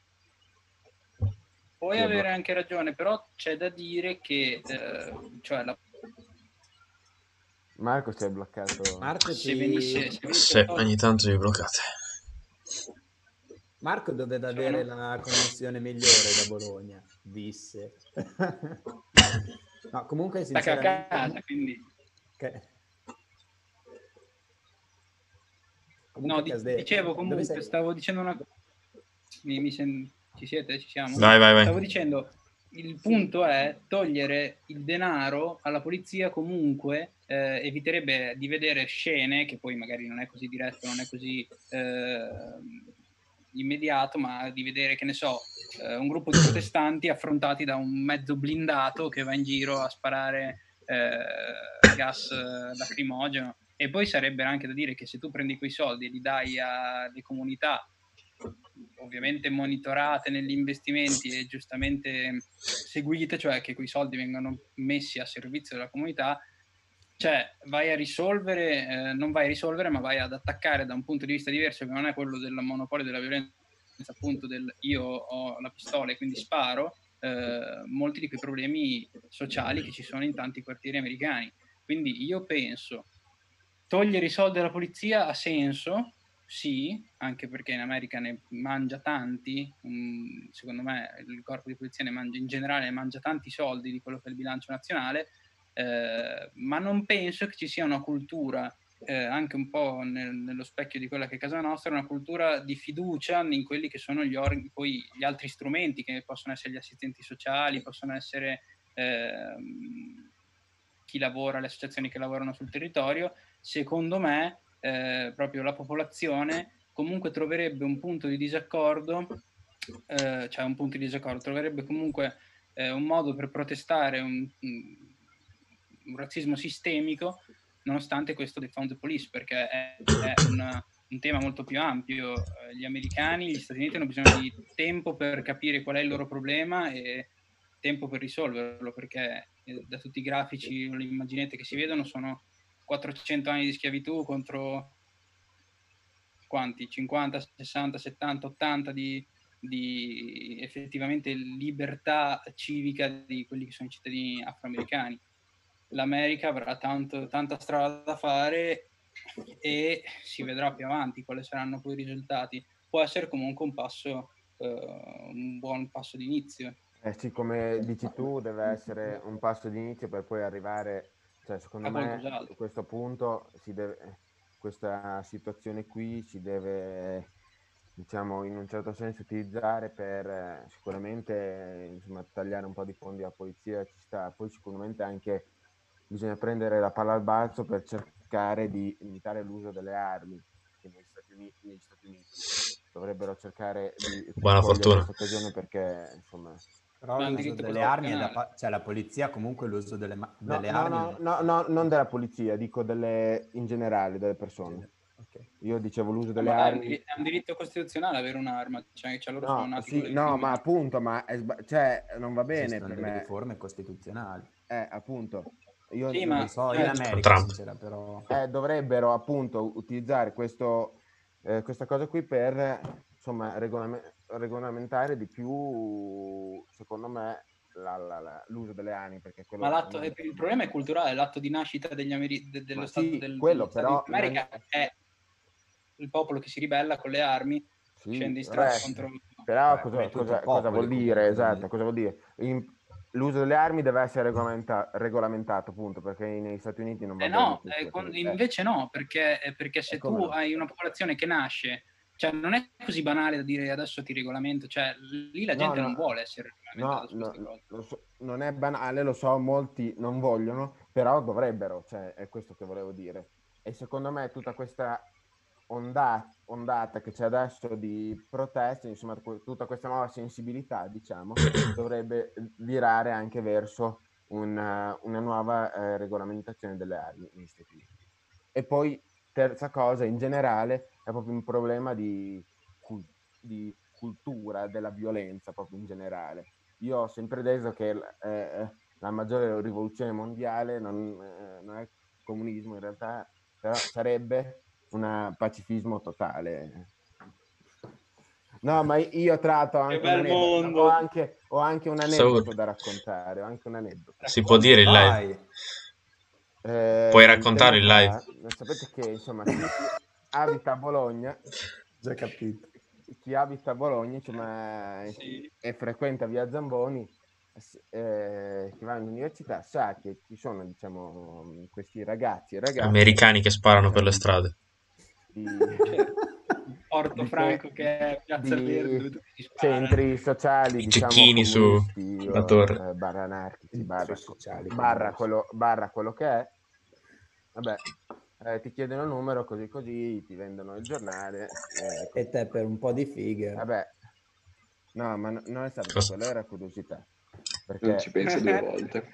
Puoi Sì, avere anche ragione, però c'è da dire che cioè Marco si è bloccato. Marco, se venisse Sì, tolto- ogni tanto vi bloccate. Marco doveva Sono? avere la connessione migliore da Bologna, disse. No, comunque stacca a sinceramente... casa, quindi Comunque no, Casde, dicevo dove comunque, sei? stavo dicendo una ci siete? Ci siamo? Vai, vai, vai. Stavo dicendo, il punto è togliere il denaro alla polizia comunque eviterebbe di vedere scene che poi magari non è così diretto, non è così immediato, ma di vedere, che ne so, un gruppo di protestanti affrontati da un mezzo blindato che va in giro a sparare gas lacrimogeno. E poi sarebbe anche da dire che se tu prendi quei soldi e li dai alle comunità, ovviamente monitorate negli investimenti e giustamente seguite, cioè che quei soldi vengano messi a servizio della comunità, cioè vai a risolvere, non vai a risolvere, ma vai ad attaccare da un punto di vista diverso, che non è quello del monopolio della violenza, appunto del io ho la pistola e quindi sparo, molti di quei problemi sociali che ci sono in tanti quartieri americani. Quindi io penso, togliere i soldi alla polizia ha senso, sì, anche perché in America ne mangia tanti, secondo me il corpo di polizia ne mangia, in generale ne mangia tanti soldi di quello che è il bilancio nazionale, ma non penso che ci sia una cultura, anche un po' nello specchio di quella che è casa nostra, una cultura di fiducia in quelli che sono poi gli altri strumenti, che possono essere gli assistenti sociali, possono essere chi lavora, le associazioni che lavorano sul territorio. Secondo me proprio la popolazione comunque troverebbe un punto di disaccordo, troverebbe comunque un modo per protestare un razzismo sistemico, nonostante questo defund the police, perché è un tema molto più ampio. Gli americani, gli Stati Uniti hanno bisogno di tempo per capire qual è il loro problema e tempo per risolverlo, perché da tutti i grafici o le immaginette che si vedono sono 400 anni di schiavitù contro quanti? 50, 60, 70, 80 di effettivamente libertà civica di quelli che sono i cittadini afroamericani. L'America avrà tanta strada da fare e si vedrà più avanti quali saranno poi i risultati. Può essere comunque un buon passo d'inizio. Sì, come dici tu, deve essere un passo d'inizio per poi arrivare, cioè secondo me a questo punto questa situazione qui si deve, diciamo, in un certo senso utilizzare per sicuramente insomma, tagliare un po' di fondi alla polizia, ci sta. Poi sicuramente anche bisogna prendere la palla al balzo per cercare di limitare l'uso delle armi, che negli Stati Uniti dovrebbero cercare di Buona cogliere fortuna. questa occasione, perché insomma... Però l'uso delle armi è cioè la polizia comunque l'uso delle armi... No, non della polizia, dico in generale, delle persone. Okay. Io dicevo l'uso delle armi... È un diritto costituzionale avere un'arma, cioè loro no, sono nati sì, no, ma appunto, cioè, non va bene per me. Riforme costituzionali. Appunto. Io sì, non so, in America sincera, però... dovrebbero appunto utilizzare questa cosa qui per, insomma, regolamentare di più, secondo me, l'uso delle armi, perché quello il problema è culturale, l'atto di nascita dello Stato quello però d'America è il popolo che si ribella con le armi, scende in strada contro... Però cosa vuol dire? Esatto, cosa vuol dire? L'uso delle armi deve essere regolamentato, appunto, perché negli Stati Uniti non va bene. Invece no, perché se tu hai una popolazione che nasce, cioè non è così banale da dire adesso ti regolamento, cioè lì la gente non vuole essere regolamentata su queste cose. Non è banale, lo so, molti non vogliono, però dovrebbero, cioè è questo che volevo dire. E secondo me tutta questa ondata che c'è adesso di proteste, insomma tutta questa nuova sensibilità, diciamo, dovrebbe virare anche verso una nuova regolamentazione delle armi negli Stati Uniti. E poi terza cosa, in generale, è proprio un problema di cultura della violenza, proprio in generale. Io ho sempre detto che la maggiore rivoluzione mondiale non è il comunismo in realtà, però sarebbe un pacifismo totale. No, ma io tratto anche un aneddoto. Ho anche un aneddoto da raccontare. Ho anche un aneddoto. Si può dire in live? Puoi raccontare in live? Sapete che insomma chi abita a Bologna, già capito, chi abita a Bologna insomma e frequenta via Zamboni, chi va all'università sa che ci sono, diciamo, questi ragazzi e ragazze americani che sparano per le strade. Portofranco che è Piazza Verde, dove tutti si sparano. Centri sociali, i cecchini diciamo, sulla torre, barra anarchici, barra quello che è. Vabbè, ti chiedono il numero, così ti vendono il giornale. E te per un po' di fighe. Vabbè, no, ma non è stato quello, era curiosità. Perché non ci penso 2 volte.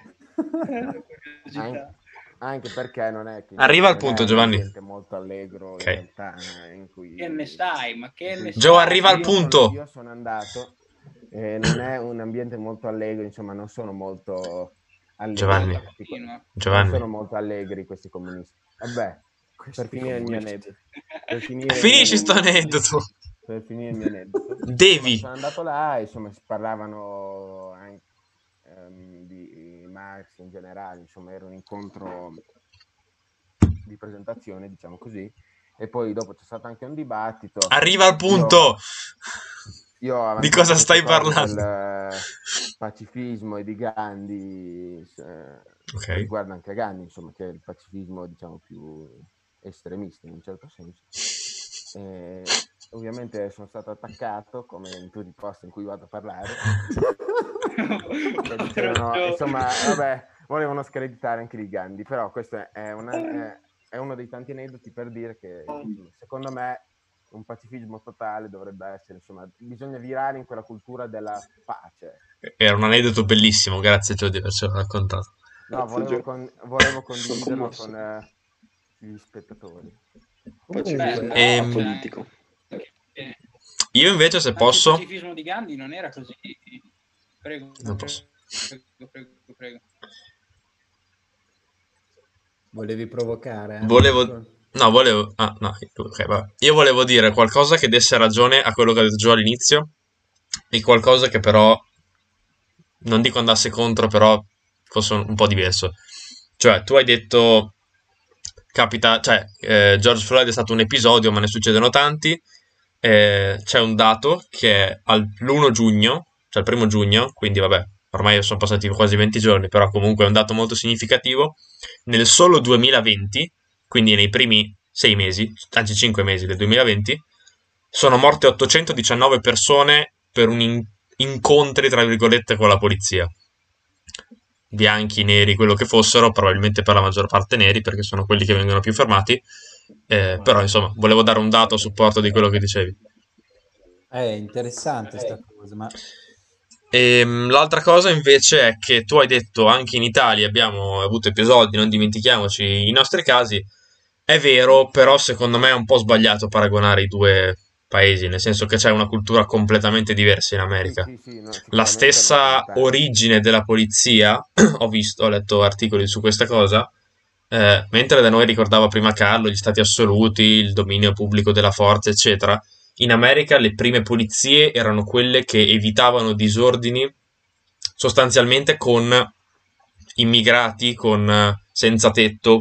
Anche perché non è che arriva al punto, Giovanni. È molto allegro, in realtà, in cui che ne sai, ma che ne sai? Gio, arriva al punto. Io sono andato, non è un ambiente molto allegro, insomma, non sono molto allegri. Giovanni. Non sono molto allegri questi comunisti. Vabbè, per finire il mio aneddoto. Finisci sto aneddoto. Per finire il mio aneddoto. Devi. Sono andato là, insomma, si parlavano anche di Marx in generale, insomma era un incontro di presentazione, diciamo così, e poi dopo c'è stato anche un dibattito. Arriva al punto. Io di cosa stai parlando? Del pacifismo e di Gandhi, riguarda anche Gandhi, insomma, che è il pacifismo, diciamo, più estremista in un certo senso. Ovviamente sono stato attaccato, come in tutti i posti in cui vado a parlare. Insomma, vabbè, volevano screditare anche di Gandhi, però questo è uno dei tanti aneddoti per dire che, secondo me, un pacifismo totale dovrebbe essere, insomma, bisogna virare in quella cultura della pace. Era un aneddoto bellissimo, grazie Gio di avercelo raccontato. No, volevo condividerlo con gli spettatori. Politico. Io invece, se posso, il pacifismo di Gandhi non era così. Prego. Non posso. Prego. Volevi provocare? Io volevo dire qualcosa che desse ragione a quello che ha detto Gio all'inizio e qualcosa che però non dico andasse contro, però fosse un po' diverso. Cioè, tu hai detto George Floyd è stato un episodio, ma ne succedono tanti. C'è un dato che l'1 giugno, cioè il 1 giugno, quindi vabbè, ormai sono passati quasi 20 giorni, però comunque è un dato molto significativo. Nel solo 2020, quindi nei primi 6 mesi, anzi 5 mesi del 2020, sono morte 819 persone per incontri, tra virgolette, con la polizia. Bianchi, neri, quello che fossero, probabilmente per la maggior parte neri, perché sono quelli che vengono più fermati. Però, insomma, volevo dare un dato a supporto di quello che dicevi. È interessante sta cosa, ma... l'altra cosa invece è che tu hai detto anche in Italia abbiamo avuto episodi, non dimentichiamoci i nostri casi. È vero, però secondo me è un po' sbagliato paragonare i due paesi, nel senso che c'è una cultura completamente diversa in America. La stessa origine della polizia, ho letto articoli su questa cosa, mentre da noi ricordava prima Carlo gli stati assoluti, il dominio pubblico della forza, eccetera. In America le prime polizie erano quelle che evitavano disordini sostanzialmente con immigrati, con senza tetto,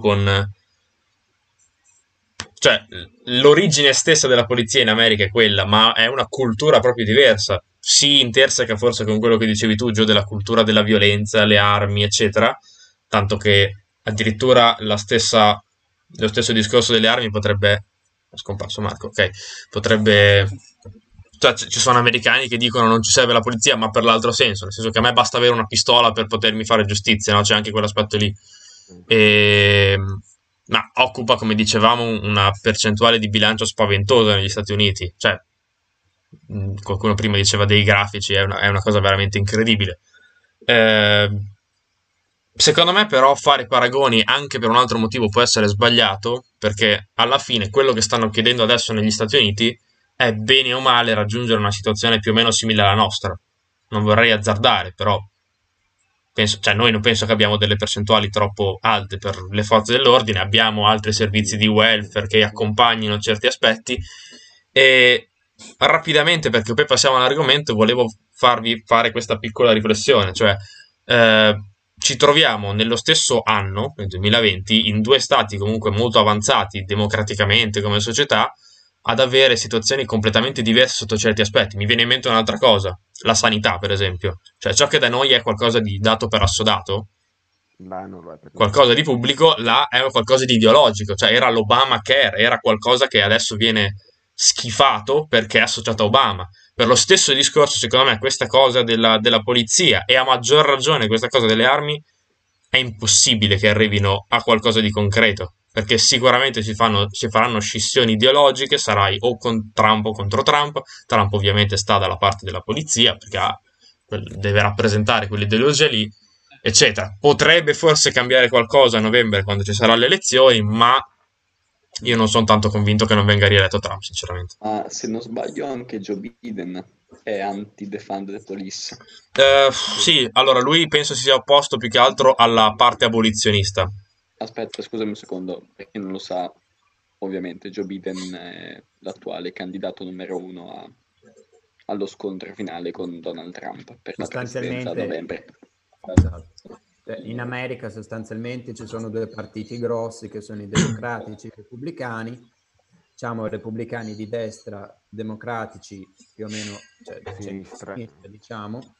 cioè l'origine stessa della polizia in America è quella, ma è una cultura proprio diversa. Si interseca forse con quello che dicevi tu, Gio, della cultura della violenza, le armi, eccetera, tanto che addirittura lo stesso discorso delle armi potrebbe... È scomparso Marco, ok. Potrebbe... Cioè, ci sono americani che dicono non ci serve la polizia, ma per l'altro senso, nel senso che a me basta avere una pistola per potermi fare giustizia, no? C'è anche quell'aspetto lì. Ma occupa, come dicevamo, una percentuale di bilancio spaventosa negli Stati Uniti. Cioè, qualcuno prima diceva dei grafici, è una cosa veramente incredibile. Secondo me però fare paragoni anche per un altro motivo può essere sbagliato, perché alla fine quello che stanno chiedendo adesso negli Stati Uniti è bene o male raggiungere una situazione più o meno simile alla nostra. Non vorrei azzardare, però cioè noi non penso che abbiamo delle percentuali troppo alte per le forze dell'ordine, abbiamo altri servizi di welfare che accompagnino certi aspetti e rapidamente, perché poi passiamo all'argomento, volevo farvi fare questa piccola riflessione, cioè eh, ci troviamo nello stesso anno, nel 2020, in due stati comunque molto avanzati democraticamente come società, ad avere situazioni completamente diverse sotto certi aspetti. Mi viene in mente un'altra cosa, la sanità, per esempio. Cioè, ciò che da noi è qualcosa di dato per assodato, Là non lo è per niente. qualcosa di pubblico, là è qualcosa di ideologico. Cioè, era l'Obamacare, era qualcosa che adesso viene schifato perché è associato a Obama. Per lo stesso discorso, secondo me, questa cosa della polizia e a maggior ragione questa cosa delle armi è impossibile che arrivino a qualcosa di concreto, perché sicuramente si faranno scissioni ideologiche, sarai o con Trump o contro Trump. Trump ovviamente sta dalla parte della polizia, perché deve rappresentare quell'ideologia lì, eccetera. Potrebbe forse cambiare qualcosa a novembre quando ci saranno le elezioni, ma io non sono tanto convinto che non venga rieletto Trump, sinceramente. Ma se non sbaglio anche Joe Biden è anti-defund the police. Sì, allora lui penso si sia opposto più che altro alla parte abolizionista. Aspetta, scusami un secondo, per chi non lo sa, ovviamente Joe Biden è l'attuale candidato numero 1 allo scontro finale con Donald Trump per la presidenza a novembre. Esatto. In America sostanzialmente ci sono due partiti grossi che sono i democratici e i repubblicani, diciamo repubblicani di destra, democratici più o meno, cioè Sinistra. diciamo,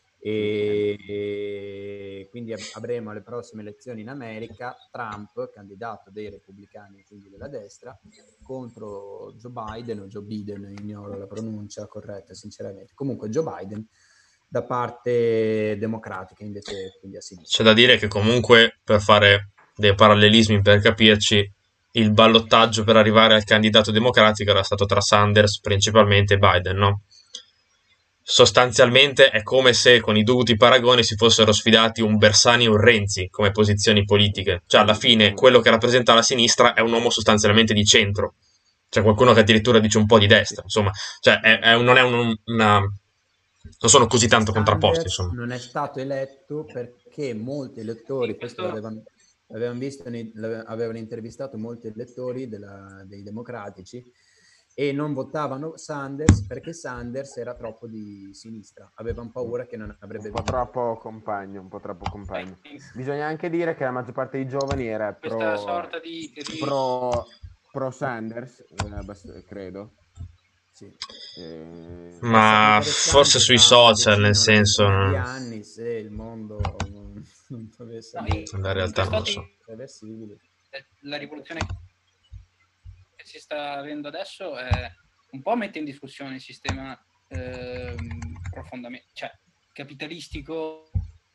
e quindi avremo alle prossime elezioni in America Trump, candidato dei repubblicani, quindi della destra, contro Joe Biden o Joe Biden, ignoro la pronuncia corretta sinceramente, comunque Joe Biden da parte democratica invece, quindi a sinistra. C'è da dire che comunque, per fare dei parallelismi per capirci, il ballottaggio per arrivare al candidato democratico era stato tra Sanders principalmente e Biden, no? Sostanzialmente è come se con i dovuti paragoni si fossero sfidati un Bersani e un Renzi come posizioni politiche. Cioè, alla fine, quello che rappresenta la sinistra è un uomo sostanzialmente di centro. C'è qualcuno che addirittura dice un po' di destra, insomma. Cioè, non è non sono così tanto contrapposti, insomma. Non è stato eletto perché molti elettori, questo l'avevano visto, avevano intervistato molti elettori dei democratici e non votavano Sanders perché Sanders era troppo di sinistra, avevano paura che non avrebbe vinto. Un po' troppo compagno. Bisogna anche dire che la maggior parte dei giovani era questa sorta di pro Sanders, credo. Sì. Ma forse sui social, nel senso anni se il mondo non dovesse la realtà non lo so. La rivoluzione che si sta avendo adesso è un po' mette in discussione il sistema profondamente, cioè capitalistico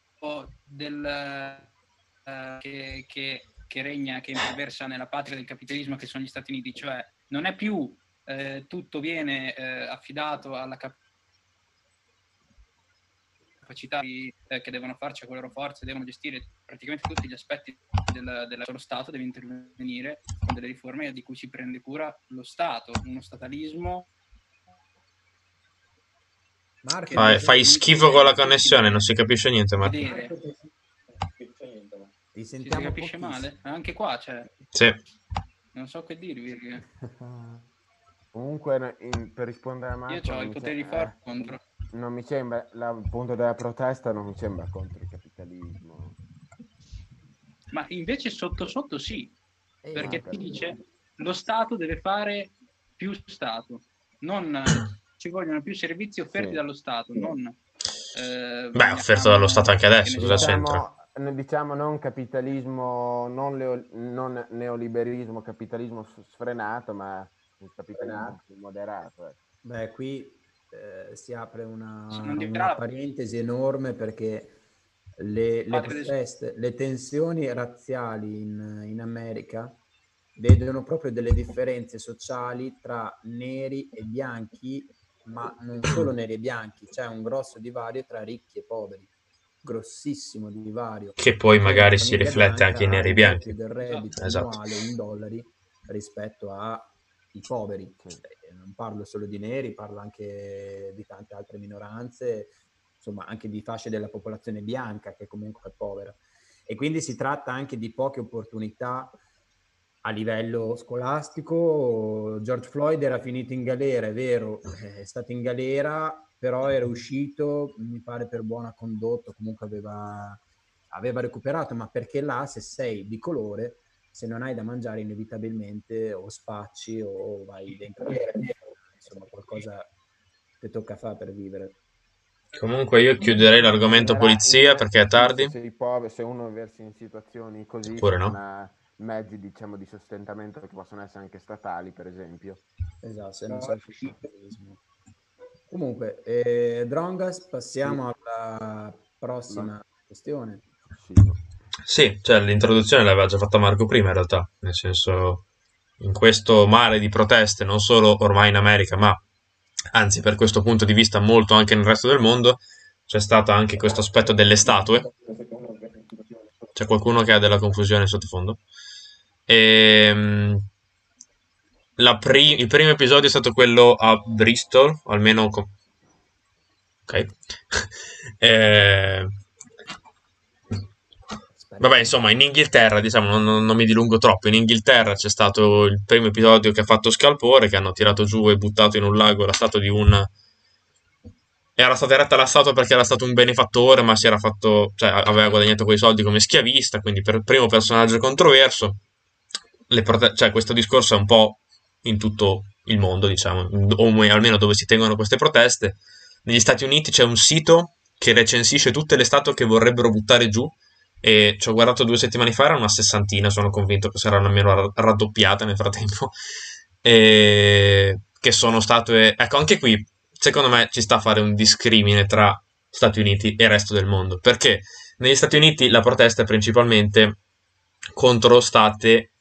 che regna, che imperversa nella patria del capitalismo che sono gli Stati Uniti, cioè non è più tutto viene affidato alla capacità che devono farci con le loro forze, devono gestire praticamente tutti gli aspetti dello Stato, deve intervenire con delle riforme di cui si prende cura lo Stato, uno statalismo. Fai schifo con la connessione, non si capisce niente, Marco. Si capisce male? Anche qua c'è. Sì. Non so che dirvi. Comunque, per rispondere a Marco, io ho i poteri di fare contro. Non mi sembra, il punto della protesta non mi sembra contro il capitalismo. Ma invece sotto sotto sì, perché ti dice lo Stato deve fare più Stato, non ci vogliono più servizi offerti dallo Stato, non offerto dallo Stato anche adesso, cosa c'entra? Diciamo non capitalismo, non neoliberismo, capitalismo sfrenato, ma un capitalismo moderato. Beh, qui si apre una parentesi enorme perché le tensioni razziali in America vedono proprio delle differenze sociali tra neri e bianchi, ma non solo neri e bianchi, c'è un grosso divario tra ricchi e poveri. grossissimo divario che poi che magari una si famiglia riflette anche in bianca ha neri il bianchi. doppio del reddito Esatto. annuale in dollari rispetto ai poveri. Non parlo solo di neri, parlo anche di tante altre minoranze, insomma anche di fasce della popolazione bianca che comunque è povera. E quindi si tratta anche di poche opportunità a livello scolastico. George Floyd era finito in galera, è vero, è stato in galera, però era uscito, mi pare, per buona condotta, comunque aveva recuperato, ma perché là, se sei di colore, se non hai da mangiare, inevitabilmente o spacci o vai dentro, insomma qualcosa ti tocca fare per vivere. Comunque io chiuderei l'argomento polizia perché è sì, tardi. se sei povero, se uno versi in situazioni così, Oppure non no? ha mezzi, diciamo, di sostentamento che possono essere anche statali, per esempio. Esatto, se non sai sul capitalismo. Comunque, Drongas, passiamo alla prossima questione. Sì, cioè l'introduzione l'aveva già fatta Marco prima in realtà, nel senso, in questo mare di proteste, non solo ormai in America, ma anzi per questo punto di vista molto anche nel resto del mondo, c'è stato anche questo aspetto delle statue. C'è qualcuno che ha della confusione in sottofondo? Il primo episodio è stato quello a Bristol, almeno ok. Eh, Vabbè, insomma, in Inghilterra, diciamo, non mi dilungo troppo. In Inghilterra c'è stato il primo episodio che ha fatto scalpore, che hanno tirato giù e buttato in un lago la statua di un... Era stata eretta la statua perché era stato un benefattore, ma si era fatto, cioè, aveva guadagnato quei soldi come schiavista, quindi per primo personaggio controverso. Cioè, questo discorso è un po' in tutto il mondo, diciamo, o almeno dove si tengono queste proteste. Negli Stati Uniti c'è un sito che recensisce tutte le statue che vorrebbero buttare giù e ci ho guardato 2 settimane fa, erano una sessantina, sono convinto che saranno almeno raddoppiate nel frattempo, e che sono statue... Ecco, anche qui, secondo me, ci sta a fare un discrimine tra Stati Uniti e resto del mondo, perché negli Stati Uniti la protesta è principalmente contro statue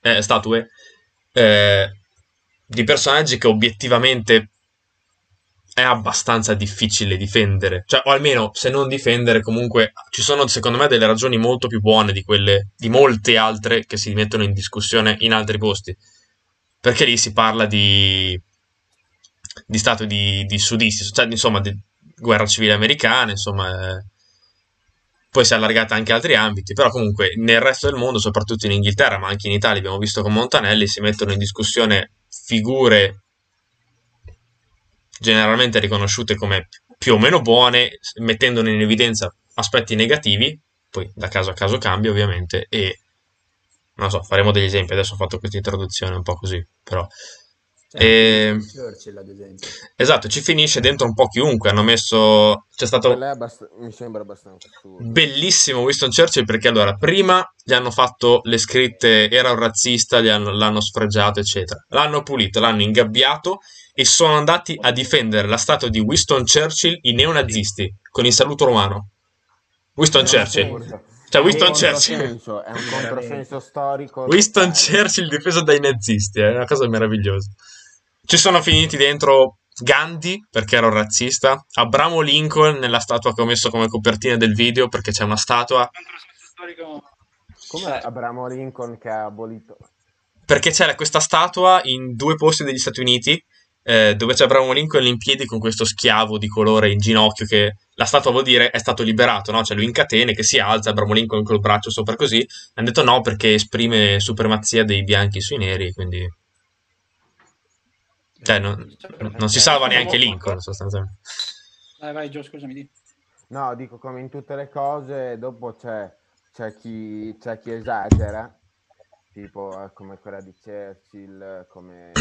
di personaggi che obiettivamente è abbastanza difficile difendere, cioè, o almeno se non difendere, comunque ci sono secondo me delle ragioni molto più buone di quelle di molte altre che si mettono in discussione in altri posti, perché lì si parla di stato di sudisti, cioè insomma di guerra civile americana, insomma, poi si è allargata anche a altri ambiti, però comunque nel resto del mondo, soprattutto in Inghilterra, ma anche in Italia, abbiamo visto con Montanelli, si mettono in discussione figure generalmente riconosciute come più o meno buone, mettendone in evidenza aspetti negativi, poi da caso a caso cambia ovviamente, e non so, faremo degli esempi, adesso ho fatto questa introduzione un po' così, però... Churchill, ad esempio. Esatto, ci finisce dentro un po' chiunque, hanno messo... C'è stato... mi sembra abbastanza assurdo. Bellissimo Winston Churchill perché allora, prima gli hanno fatto le scritte, era un razzista, l'hanno sfregiato, eccetera. L'hanno pulito, l'hanno ingabbiato e sono andati a difendere la statua di Winston Churchill i neonazisti con il saluto romano. Winston Churchill. Cioè, Winston Churchill. È un controsenso storico. Winston totale. Churchill difeso dai nazisti, è una cosa meravigliosa. Ci sono finiti dentro Gandhi perché era un razzista, Abramo Lincoln nella statua che ho messo come copertina del video perché c'è una statua. Come Abramo Lincoln che ha abolito? Perché c'era questa statua in 2 posti degli Stati Uniti dove c'è Abramo Lincoln in piedi con questo schiavo di colore in ginocchio che la statua vuol dire è stato liberato, no? Cioè lui in catene che si alza, Abramo Lincoln col braccio sopra così. Hanno detto no perché esprime supremazia dei bianchi sui neri, quindi... Cioè non si salva neanche Lincoln sostanzialmente. Vai Gio, scusami, di. No, dico come in tutte le cose, dopo c'è chi esagera, tipo come quella di Churchill, come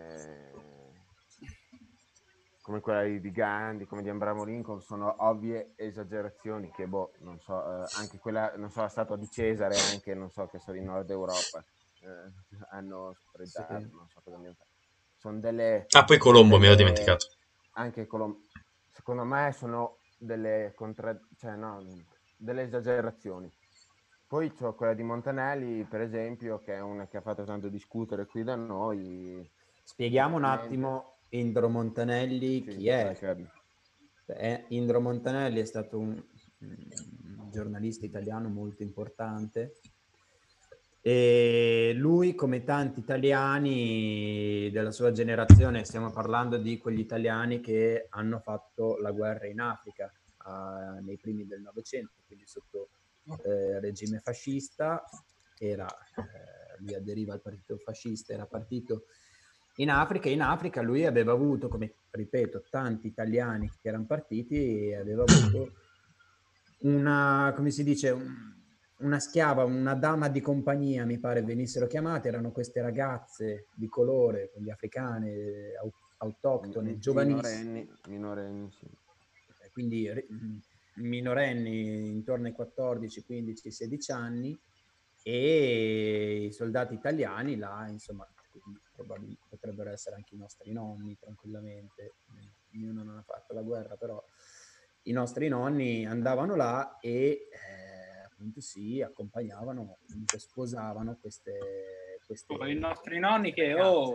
quella di Gandhi, come di Abramo Lincoln, sono ovvie esagerazioni che, non so, anche quella, non so, la statua di Cesare, anche, non so, che sono in Nord Europa, hanno spregiato, sì. Non so cosa abbiamo fatto. Sono delle... Ah, poi Colombo, mi ero dimenticato. Anche Colombo, secondo me sono delle delle esagerazioni. Poi c'ho quella di Montanelli, per esempio, che è una che ha fatto tanto discutere qui da noi. Spieghiamo un attimo Indro Montanelli chi è. Indro Montanelli è stato un giornalista italiano molto importante. E lui, come tanti italiani della sua generazione, stiamo parlando di quegli italiani che hanno fatto la guerra in Africa nei primi del Novecento, quindi sotto regime fascista, lui aderiva al partito fascista, era partito in Africa, e in Africa lui aveva avuto, come ripeto, tanti italiani che erano partiti, e aveva avuto una, come si dice, una schiava, una dama di compagnia, mi pare venissero chiamate, erano queste ragazze di colore, quindi africane, autoctone, giovanissime. Minorenni, sì. Quindi minorenni intorno ai 14, 15, 16 anni, e i soldati italiani là, insomma, probabilmente potrebbero essere anche i nostri nonni tranquillamente, ognuno non ha fatto la guerra, però i nostri nonni andavano là e appunto si accompagnavano, comunque sposavano queste i nostri nonni che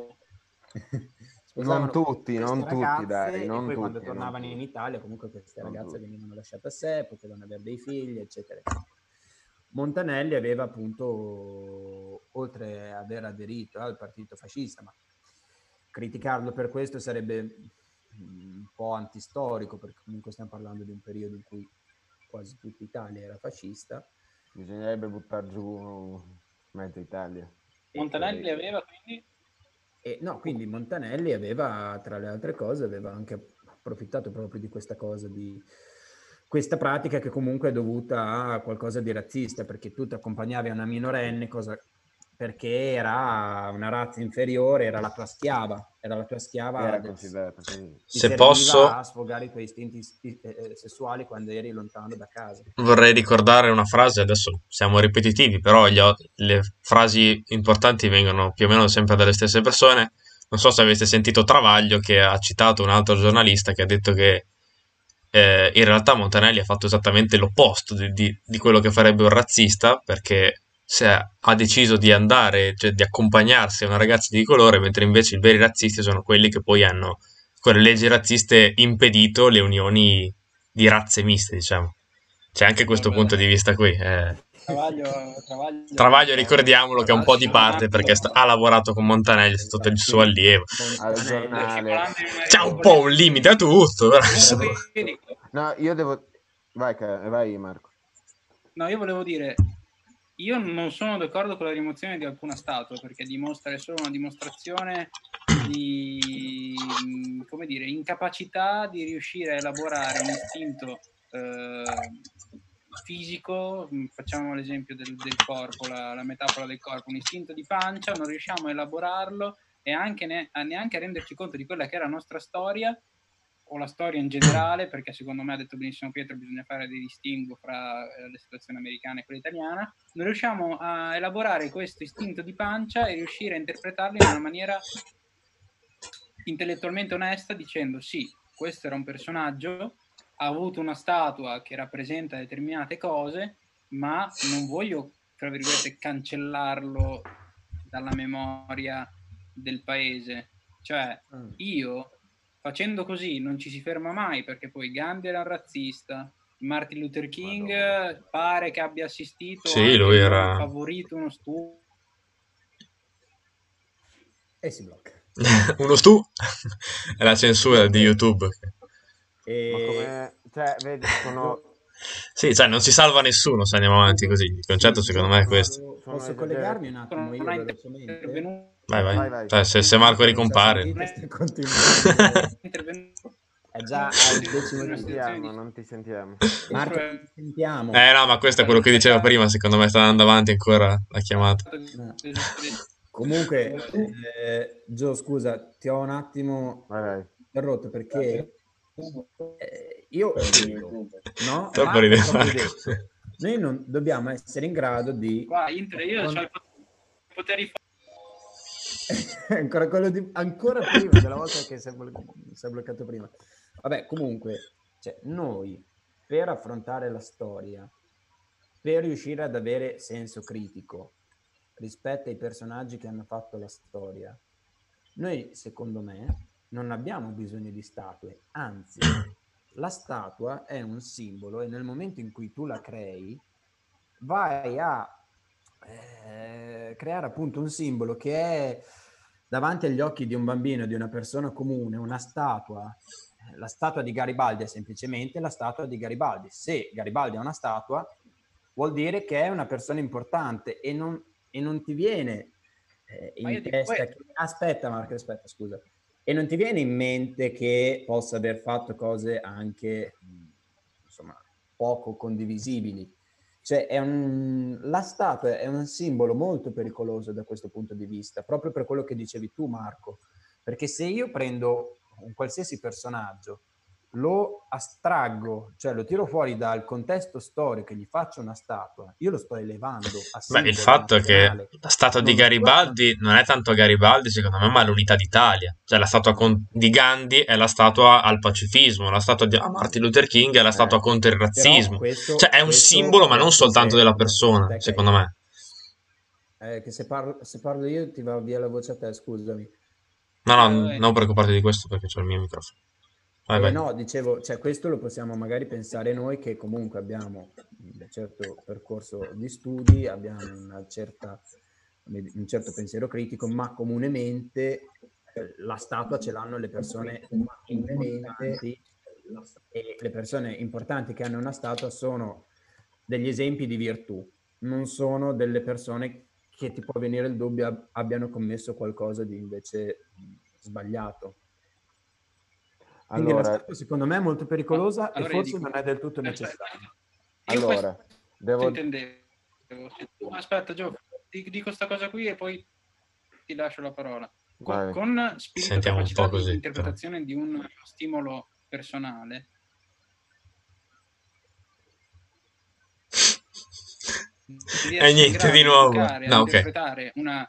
non tutti, ragazze, non e poi tutti, quando tornavano in Italia comunque queste ragazze venivano lasciate a sé, potevano avere dei figli, eccetera, eccetera. Montanelli aveva appunto, oltre ad aver aderito al partito fascista, ma criticarlo per questo sarebbe un po' antistorico, perché comunque stiamo parlando di un periodo in cui quasi tutta Italia era fascista. Bisognerebbe buttare giù mezza Italia. Montanelli aveva quindi? No, quindi Montanelli aveva, tra le altre cose, aveva anche approfittato proprio di questa cosa, di questa pratica che comunque è dovuta a qualcosa di razzista, perché tu ti accompagnavi a una minorenne, perché era una razza inferiore, era la tua schiava, Era considerata così. Se posso, a sfogare i tuoi istinti sessuali quando eri lontano da casa. vorrei ricordare una frase, adesso siamo ripetitivi, però le frasi importanti vengono più o meno sempre dalle stesse persone. Non so se avete sentito Travaglio che ha citato un altro giornalista che ha detto che in realtà Montanelli ha fatto esattamente l'opposto di quello che farebbe un razzista, perché ha deciso di andare, cioè di accompagnarsi a una ragazza di colore, mentre invece i veri razzisti sono quelli che poi hanno, con le leggi razziste, impedito le unioni di razze miste, diciamo. C'è anche questo punto di vista qui. Travaglio, ricordiamolo che è un po' di parte perché ha lavorato con Montanelli, è stato il suo allievo. Al giornale. C'è un po' un limite a tutto. No, io devo... Vai Marco. No, io volevo dire, io non sono d'accordo con la rimozione di alcuna statua, perché è solo una dimostrazione di, come dire, incapacità di riuscire a elaborare un istinto fisico. Facciamo l'esempio del corpo, la metafora del corpo, un istinto di pancia, non riusciamo a elaborarlo e anche neanche a renderci conto di quella che è la nostra storia, o la storia in generale, perché secondo me, ha detto benissimo Pietro, bisogna fare dei distinguo fra la situazione americana e quella italiana. Non riusciamo a elaborare questo istinto di pancia e riuscire a interpretarlo in una maniera intellettualmente onesta, dicendo sì, questo era un personaggio, ha avuto una statua che rappresenta determinate cose, ma non voglio, tra virgolette, cancellarlo dalla memoria del paese. Cioè, io, facendo così, non ci si ferma mai, perché poi Gandhi era un razzista, Martin Luther King pare che abbia assistito, sì, lui era favorito uno stupro. E si blocca. Uno è la censura di YouTube. Ma come... Cioè, vedi, Sì, cioè non si salva nessuno se andiamo avanti così. Il concetto secondo me è questo. Posso collegarmi un attimo io velocemente? Vai. Cioè, se Marco ricompare. È già al 10º. Non ti sentiamo. Marco, ti sentiamo. No, ma questo è quello che diceva prima. Secondo me sta andando avanti ancora la chiamata. Comunque, Gio, scusa, ti ho un attimo interrotto perché io dico, no? Noi non dobbiamo essere in grado di... Io ho i poteri ancora prima della volta che si è bloccato prima. Vabbè, comunque, cioè, noi per affrontare la storia, per riuscire ad avere senso critico rispetto ai personaggi che hanno fatto la storia, noi, secondo me, non abbiamo bisogno di statue, anzi, la statua è un simbolo e nel momento in cui tu la crei vai a creare appunto un simbolo che è davanti agli occhi di un bambino, di una persona comune, una statua. La statua di Garibaldi è semplicemente la statua di Garibaldi. Se Garibaldi è una statua, vuol dire che è una persona importante e non ti viene in testa che... Aspetta Marco, aspetta, scusa. E non ti viene in mente che possa aver fatto cose anche, insomma, poco condivisibili. Cioè, la statua è un simbolo molto pericoloso da questo punto di vista, proprio per quello che dicevi tu, Marco. Perché se io prendo un qualsiasi personaggio, lo astraggo, cioè lo tiro fuori dal contesto storico e gli faccio una statua, io lo sto elevando a Beh, il simbolo fatto è che nazionale. la statua di Non lo sto Garibaldi non è tanto Garibaldi, secondo me, ma è l'unità d'Italia. Cioè, la statua di Gandhi è la statua al pacifismo, la statua di Martin Luther King è la statua contro il Però razzismo. Cioè, è un simbolo, ma non soltanto della persona, secondo me. Che se parlo io ti va via la voce a te, scusami. No, non preoccuparti di questo perché c'ho il mio microfono. Vai. No, dicevo, cioè questo lo possiamo magari pensare noi che comunque abbiamo un certo percorso di studi, abbiamo un certo pensiero critico, ma comunemente la statua ce l'hanno le persone importanti e le persone importanti che hanno una statua sono degli esempi di virtù, non sono delle persone che ti può venire il dubbio abbiano commesso qualcosa di invece sbagliato. Quindi la statua secondo me è molto pericolosa e forse non è del tutto necessaria. Allora, intendevo. Aspetta Gio, dico questa cosa qui e poi ti lascio la parola. Con spirito e capacità di interpretazione di un stimolo personale. E niente di nuovo. No, interpretare una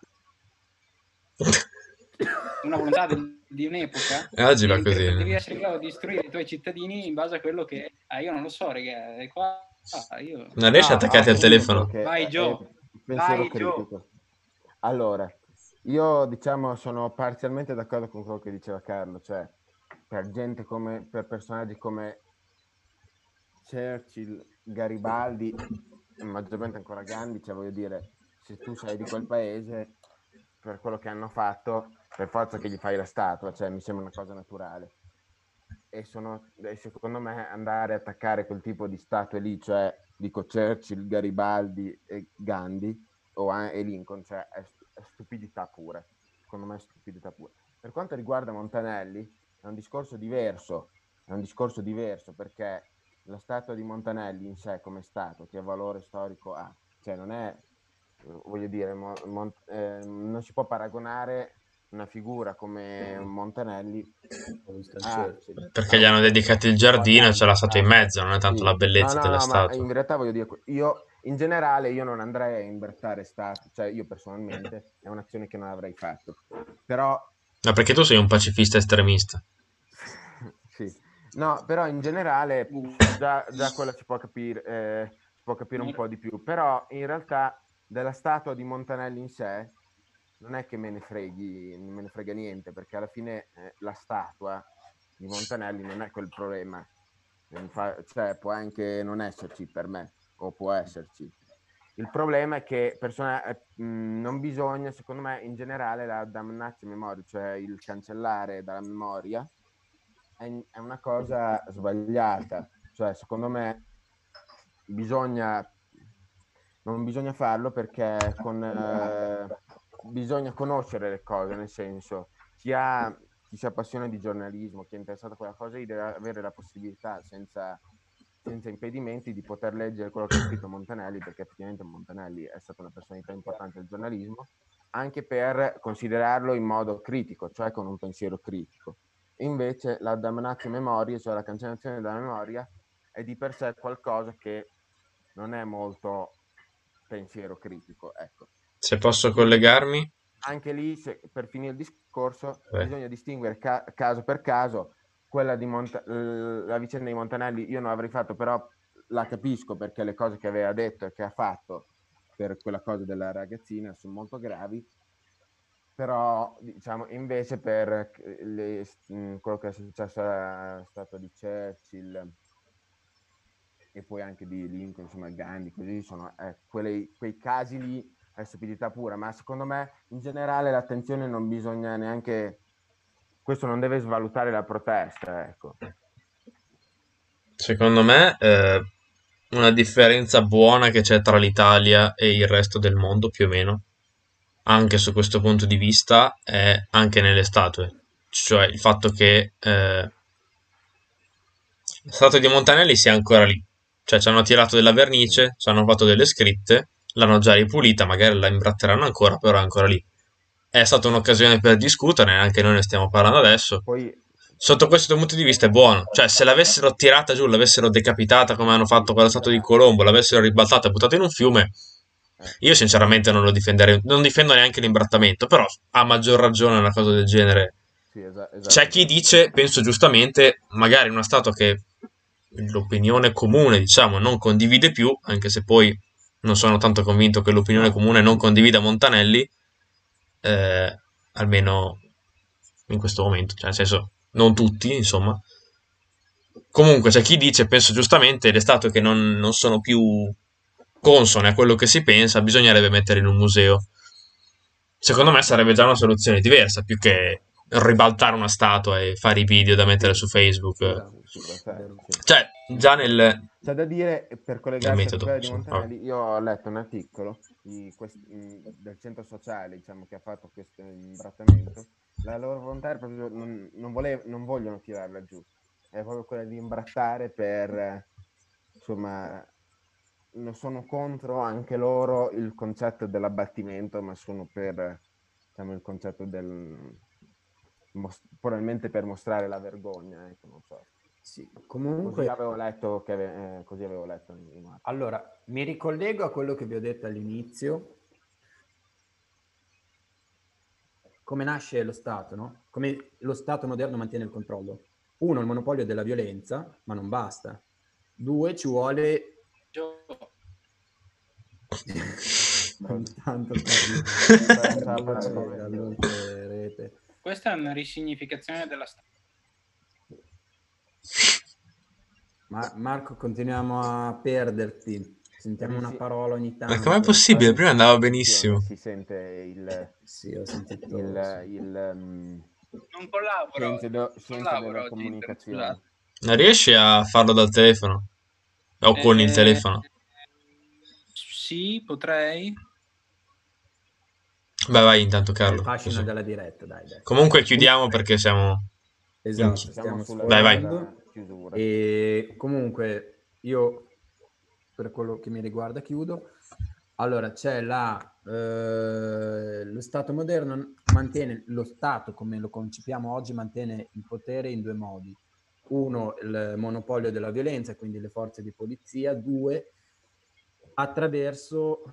volontà di un'epoca. Oggi va così. Devi essere in grado di istruire i tuoi cittadini in base a quello che... io non lo so, raga, è qua... io... Non riesci a attaccarti al telefono? Vai Gio, vai Gio. Allora, io diciamo sono parzialmente d'accordo con quello che diceva Carlo, cioè per personaggi come Churchill, Garibaldi, maggiormente ancora Gandhi, cioè voglio dire, se tu sei di quel paese, per quello che hanno fatto, per forza che gli fai la statua, cioè mi sembra una cosa naturale. E secondo me andare a attaccare quel tipo di statue lì, cioè dico Churchill, Garibaldi e Gandhi e Lincoln, cioè è stupidità pura. Secondo me è stupidità pura. Per quanto riguarda Montanelli, è un discorso diverso perché la statua di Montanelli in sé come statua, che valore storico ha? Cioè non è, voglio dire, non si può paragonare una figura come Montanelli perché gli hanno dedicato il giardino e c'è la statua in mezzo, non è tanto la bellezza della statua. Ma in realtà voglio dire, io in generale io non andrei a imbrattare statue, cioè io personalmente è un'azione che non avrei fatto, però... No, perché tu sei un pacifista estremista. Sì, no, però in generale già quella si può capire un po' di più, però in realtà della statua di Montanelli in sé non è che me ne frega niente, perché alla fine la statua di Montanelli non è quel problema, cioè può anche non esserci per me, o può esserci. Il problema è che non bisogna, secondo me, in generale la damnatio memoriae, cioè il cancellare dalla memoria, è una cosa sbagliata. Cioè, secondo me, non bisogna farlo perché bisogna conoscere le cose, nel senso, chi si appassiona di giornalismo, chi è interessato a quella cosa, deve avere la possibilità, senza impedimenti, di poter leggere quello che ha scritto Montanelli, perché effettivamente Montanelli è stata una personalità importante del giornalismo, anche per considerarlo in modo critico, cioè con un pensiero critico. Invece la damnatio memoriae, cioè la cancellazione della memoria, è di per sé qualcosa che non è molto pensiero critico, ecco. Se posso collegarmi? Anche lì, per finire il discorso, bisogna distinguere caso per caso. Quella di la vicenda di Montanelli io non l'avrei fatto, però la capisco perché le cose che aveva detto e che ha fatto per quella cosa della ragazzina sono molto gravi. Però, diciamo, invece per quello che è successo alla statua di Churchill e poi anche di Lincoln, insomma, Gandhi, così sono quei casi lì è stupidità pura, ma secondo me in generale l'attenzione non bisogna neanche, questo non deve svalutare la protesta, ecco. Secondo me, una differenza buona che c'è tra l'Italia e il resto del mondo, più o meno, anche su questo punto di vista, è anche nelle statue. Cioè il fatto che la statua di Montanelli sia ancora lì. Cioè ci hanno tirato della vernice, ci hanno fatto delle scritte, l'hanno già ripulita, magari la imbratteranno ancora, però è ancora lì. È stata un'occasione per discuterne, anche noi ne stiamo parlando adesso. Poi Sotto questo punto di vista è buono. Cioè, se l'avessero tirata giù, l'avessero decapitata come hanno fatto con la statua di Colombo, l'avessero ribaltata e buttata in un fiume, io sinceramente non lo difenderei. Non difendo neanche l'imbrattamento, però a maggior ragione una cosa del genere. sì, C'è chi dice, penso giustamente, magari una statua che l'opinione comune, diciamo, non condivide più, anche se poi non sono tanto convinto che l'opinione comune non condivida Montanelli, almeno in questo momento, cioè nel senso, non tutti, insomma. Comunque c'è chi dice, penso giustamente, le statue che non sono più consone a quello che si pensa, bisognerebbe mettere in un museo. Secondo me sarebbe già una soluzione diversa, più che ribaltare una statua e fare i video da mettere su Facebook. Sì, perfetto, sì. Cioè, già nel C'è da dire, per collegarsi a metodo, quella di insomma, Montanelli, io ho letto un articolo del centro sociale, diciamo, che ha fatto questo imbrattamento. La loro volontà è proprio non vogliono tirarla giù, è proprio quella di imbrattare per, insomma, non sono contro anche loro il concetto dell'abbattimento, ma sono per, diciamo, il concetto probabilmente per mostrare la vergogna, ecco, non so. Sì, comunque, Così avevo letto allora, mi ricollego a quello che vi ho detto all'inizio. Come nasce lo Stato, no? Come lo Stato moderno mantiene il controllo. Uno, il monopolio della violenza, ma non basta. Due, ci vuole... Tanto rete. Questa è una risignificazione della storia. Marco, continuiamo a perderti. Sentiamo una parola ogni tanto. Ma com'è possibile? Prima andava benissimo. Si sente il... Sì, ho sentito... Non collaboro. Scienze della comunicazione. Non riesci a farlo dal telefono? O con il telefono? Sì, potrei. Beh, vai intanto Carlo. Il fascino così. della diretta, dai. Comunque chiudiamo perché siamo... Esatto, stiamo vai. Chiusura. E comunque io, per quello che mi riguarda, chiudo. Allora, c'è lo Stato moderno mantiene, lo Stato come lo concepiamo oggi, mantiene il potere in due modi. Uno, il monopolio della violenza, quindi le forze di polizia. Due, attraverso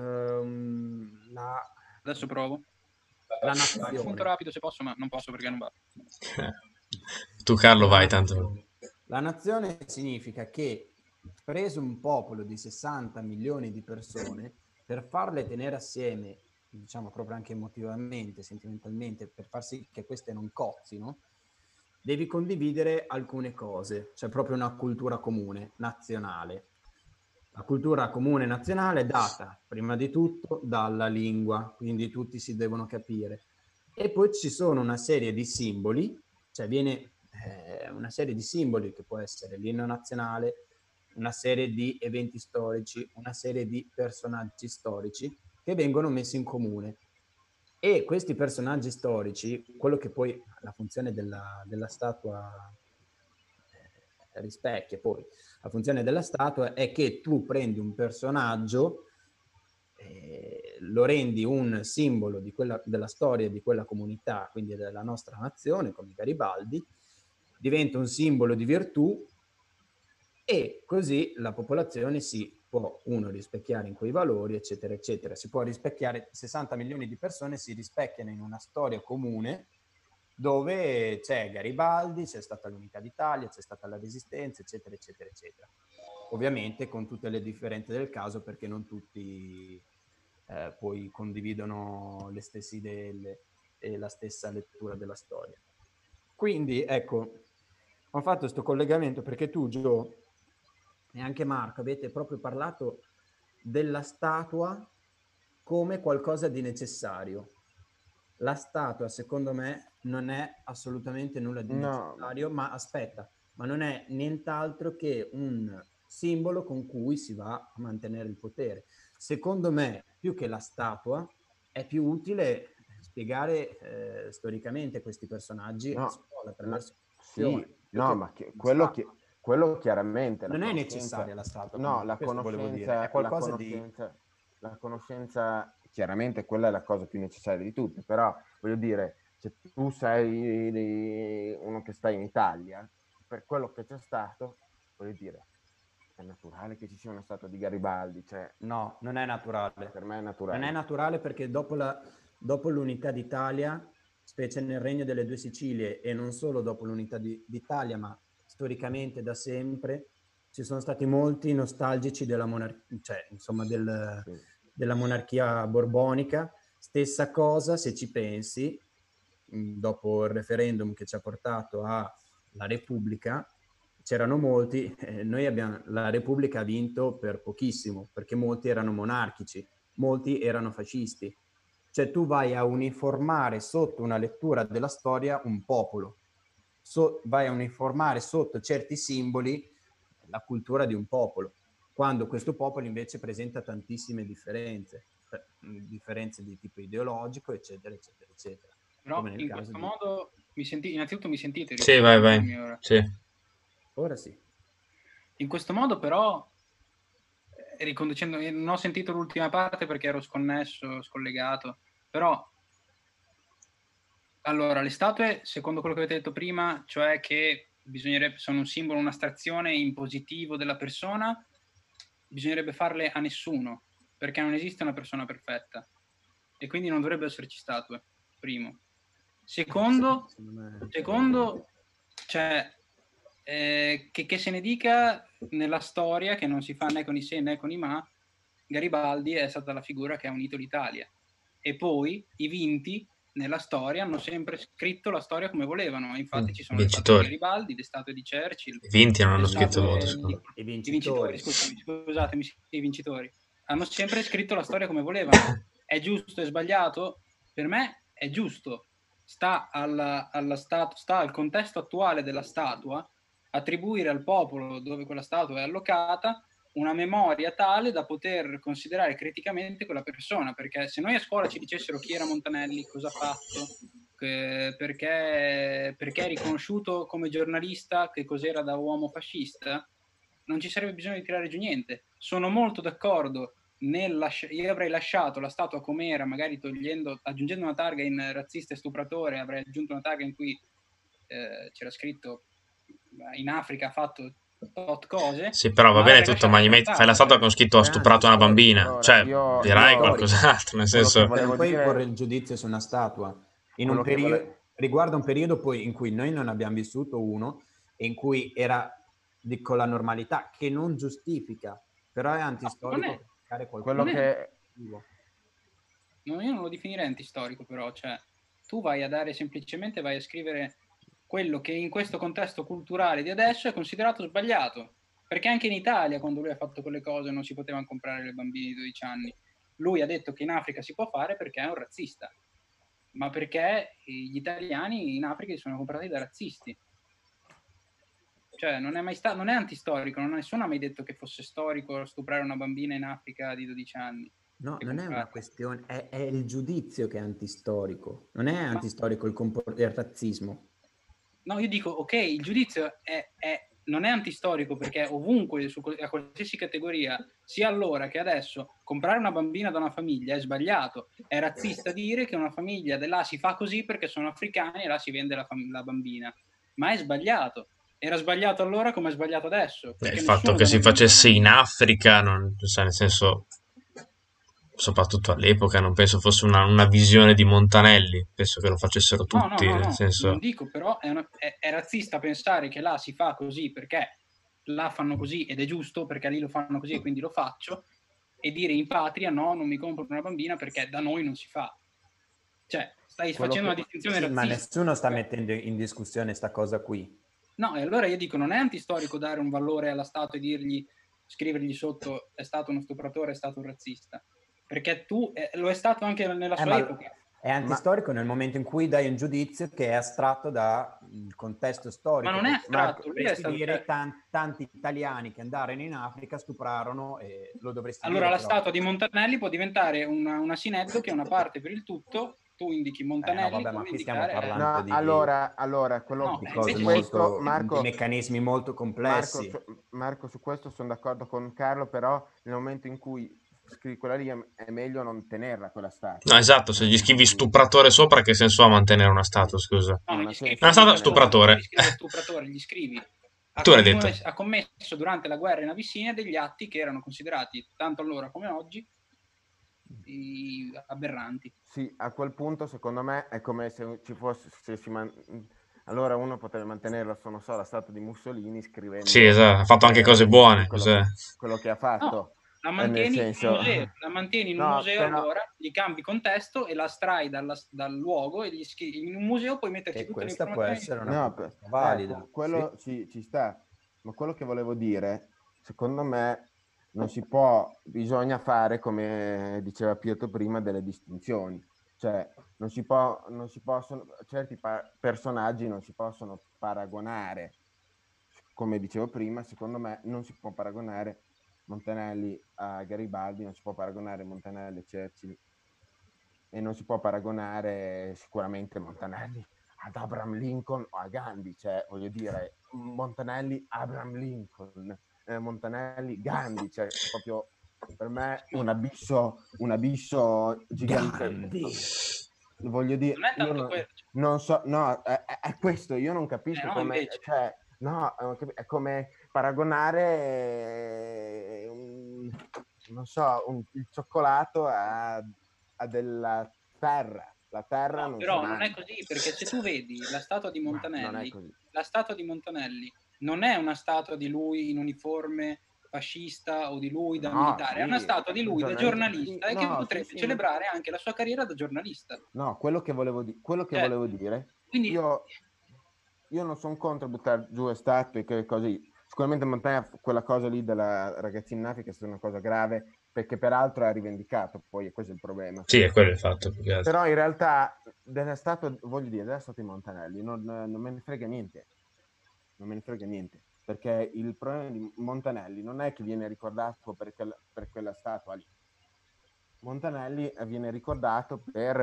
Adesso provo. la nazione. Molto rapido se posso, ma non posso perché non va. Tu Carlo vai tanto. La nazione significa che, preso un popolo di 60 milioni di persone, per farle tenere assieme, diciamo proprio anche emotivamente, sentimentalmente, per far sì che queste non cozzino, devi condividere alcune cose, c'è proprio una cultura comune, nazionale. La cultura comune nazionale è data, prima di tutto, dalla lingua, quindi tutti si devono capire. E poi ci sono una serie di simboli, cioè viene una serie di simboli che può essere l'inno nazionale, una serie di eventi storici, una serie di personaggi storici che vengono messi in comune. E questi personaggi storici, quello che poi la funzione della statua rispecchia poi, la funzione della statua è che tu prendi un personaggio, lo rendi un simbolo della storia di quella comunità, quindi della nostra nazione, come Garibaldi, diventa un simbolo di virtù e così la popolazione si può, rispecchiare in quei valori, eccetera, eccetera. Si può rispecchiare, 60 milioni di persone si rispecchiano in una storia comune dove c'è Garibaldi, c'è stata l'Unità d'Italia, c'è stata la Resistenza, eccetera, eccetera, eccetera. Ovviamente con tutte le differenze del caso, perché non tutti poi condividono le stesse idee e la stessa lettura della storia. Quindi, ecco, ho fatto questo collegamento perché tu, Gio, e anche Marco, avete proprio parlato della statua come qualcosa di necessario. La statua, secondo me, non è assolutamente nulla di necessario, ma aspetta, ma non è nient'altro che un simbolo con cui si va a mantenere il potere. Secondo me, più che la statua, è più utile spiegare storicamente questi personaggi a scuola attraverso quello chiaramente. Non è necessaria la statua. No, la conoscenza, è qualcosa la conoscenza, chiaramente quella è la cosa più necessaria di tutte, però voglio dire, se tu sei uno che sta in Italia, per quello che c'è stato, voglio dire, è naturale che ci sia una statua di Garibaldi. Cioè, no, non è naturale. Per me è naturale. Non è naturale perché dopo l'unità d'Italia, specie nel Regno delle Due Sicilie, e non solo dopo l'unità d'Italia, ma storicamente da sempre, ci sono stati molti nostalgici della monarchia, cioè insomma della monarchia borbonica. Stessa cosa, se ci pensi, dopo il referendum che ci ha portato alla Repubblica, c'erano molti, la Repubblica ha vinto per pochissimo, perché molti erano monarchici, molti erano fascisti. Cioè tu vai a uniformare sotto una lettura della storia un popolo, vai a uniformare sotto certi simboli la cultura di un popolo, quando questo popolo invece presenta tantissime differenze di tipo ideologico, eccetera, eccetera, eccetera. Però in questo modo, innanzitutto mi sentite? Sì, vai. Sì. Ora sì. In questo modo però, riconducendo, non ho sentito l'ultima parte perché ero scollegato, però allora le statue, secondo quello che avete detto prima, cioè che sono un simbolo, un'astrazione in positivo della persona, bisognerebbe farle a nessuno, perché non esiste una persona perfetta e quindi non dovrebbero esserci statue, primo. Secondo, cioè che se ne dica nella storia, che non si fa né con i se né con i ma, Garibaldi è stata la figura che ha unito l'Italia, e poi i vinti nella storia hanno sempre scritto la storia come volevano. Infatti ci sono le statue di Garibaldi, le statue di Churchill. I vinti non hanno scritto molto. I vincitori. Scusatemi, i vincitori hanno sempre scritto la storia come volevano. È giusto, è sbagliato? Per me è giusto. Sta al contesto attuale della statua attribuire al popolo dove quella statua è allocata una memoria tale da poter considerare criticamente quella persona, perché se noi a scuola ci dicessero chi era Montanelli, cosa ha fatto, perché è riconosciuto come giornalista, che cos'era da uomo fascista, non ci sarebbe bisogno di tirare giù niente. Sono molto d'accordo io avrei lasciato la statua com'era, magari aggiungendo una targa in razzista e stupratore, avrei aggiunto una targa in cui c'era scritto in Africa ha fatto tot cose. Sì, però va bene tutto, ma fai la statua con scritto ha stuprato una bambina. Cioè, dirai qualcos'altro, nel senso... Non puoi porre il giudizio su una statua riguarda un periodo poi in cui noi non abbiamo vissuto uno, e in cui era con la normalità, che non giustifica, però è antistorico. No, io non lo definirei antistorico, però, cioè, tu vai a scrivere quello che in questo contesto culturale di adesso è considerato sbagliato, perché anche in Italia, quando lui ha fatto quelle cose, non si potevano comprare le bambine di 12 anni. Lui ha detto che in Africa si può fare perché è un razzista, ma perché gli italiani in Africa si sono comprati da razzisti. Cioè, non è antistorico, nessuno ha mai detto che fosse storico stuprare una bambina in Africa di 12 anni. No, non è una questione, è il giudizio che è antistorico, non è antistorico il razzismo. No, io dico, ok, il giudizio non è antistorico, perché ovunque, a qualsiasi categoria, sia allora che adesso, comprare una bambina da una famiglia è sbagliato. È razzista dire che una famiglia là si fa così perché sono africani e là si vende la bambina. Ma è sbagliato. Era sbagliato allora come è sbagliato adesso. Il fatto che si facesse in Africa, nel senso, soprattutto all'epoca, non penso fosse una visione di Montanelli, penso che lo facessero tutti. No, nel senso... non dico, però è razzista pensare che là si fa così perché là fanno così ed è giusto, perché lì lo fanno così e quindi lo faccio, e dire in patria no, non mi compro una bambina perché da noi non si fa. Cioè, stai Quello facendo una che- distinzione Sì, ma razzista. nessuno sta mettendo in discussione sta cosa qui. No, e allora io dico, non è antistorico dare un valore alla Stato e dirgli, scrivergli sotto, è stato uno stupratore, è stato un razzista. Perché tu, lo è stato anche nella sua Ma epoca. è antistorico nel momento in cui dai un giudizio che è astratto dal contesto storico. Ma non è astratto, lui è Dovresti stato... dire tanti italiani che andarono in Africa stuprarono e lo dovresti Allora dire la però. statua di Montanelli può diventare una sineddo che è una parte per il tutto, tu indichi Montanelli, No, vabbè, ma come qui stiamo indicare... parlando No, di, allora, quello No, di su cose invece questo, molto, Marco, di meccanismi molto complessi. Marco, su questo sono d'accordo con Carlo, però nel momento in cui scrivi quella lì è meglio non tenerla quella statua. No, esatto, se gli scrivi stupratore sopra, che senso ha mantenere una statua, scusa? No, Non gli ha scrivi senso Una statua mantenerla. stupratore. Gli scrivi stupratore, gli scrivi Tu l'hai detto. ha commesso durante la guerra in Abissinia degli atti che erano considerati tanto allora come oggi aberranti. Sì, a quel punto secondo me è come se ci fosse, allora uno potrebbe mantenerla, non so, la statua di Mussolini scrivendo... Sì, esatto, ha fatto anche cose buone. quello che ha fatto. No, la nel mantieni senso... in un museo, la mantieni in un No, museo, però- allora gli cambi contesto e la estrai dal luogo e in un museo puoi metterci E tutte le questa può informazioni. essere una No, proposta valida. quello ci sta, ma quello che volevo dire, secondo me, bisogna fare, come diceva Pietro prima, delle distinzioni. Cioè, non si possono, certi personaggi non si possono paragonare, come dicevo prima, secondo me non si può paragonare Montanelli a Garibaldi, non si può paragonare Montanelli a Churchill e non si può paragonare sicuramente Montanelli ad Abraham Lincoln o a Gandhi, cioè voglio dire Montanelli, Abraham Lincoln, Montanelli, Gandhi, cioè proprio per me un abisso gigantesco. Voglio dire, Non è tanto io quello. non so, no, è questo, io non capisco no, come, invece. cioè, no, è come paragonare non so, il cioccolato a della terra. La terra No, non si però non mangia. è così, perché se tu vedi la statua di Ma non è Montanelli, così. la statua di Montanelli non è una statua di lui in uniforme fascista o di lui da No, militare, sì, è una statua di lui da giornalista sì, e che no, potrebbe sì, celebrare anche la sua carriera da giornalista. No, quello che volevo dire, Quindi, io non sono contro buttare giù le statue che così. Sicuramente Montagna quella cosa lì della ragazzina in Africa è stata una cosa grave, perché peraltro ha rivendicato, poi questo è il problema. Sì, è quello il fatto. Però in realtà della statua di Montanelli non me ne frega niente. Non me ne frega niente. Perché il problema di Montanelli non è che viene ricordato per quella statua lì. Montanelli viene ricordato per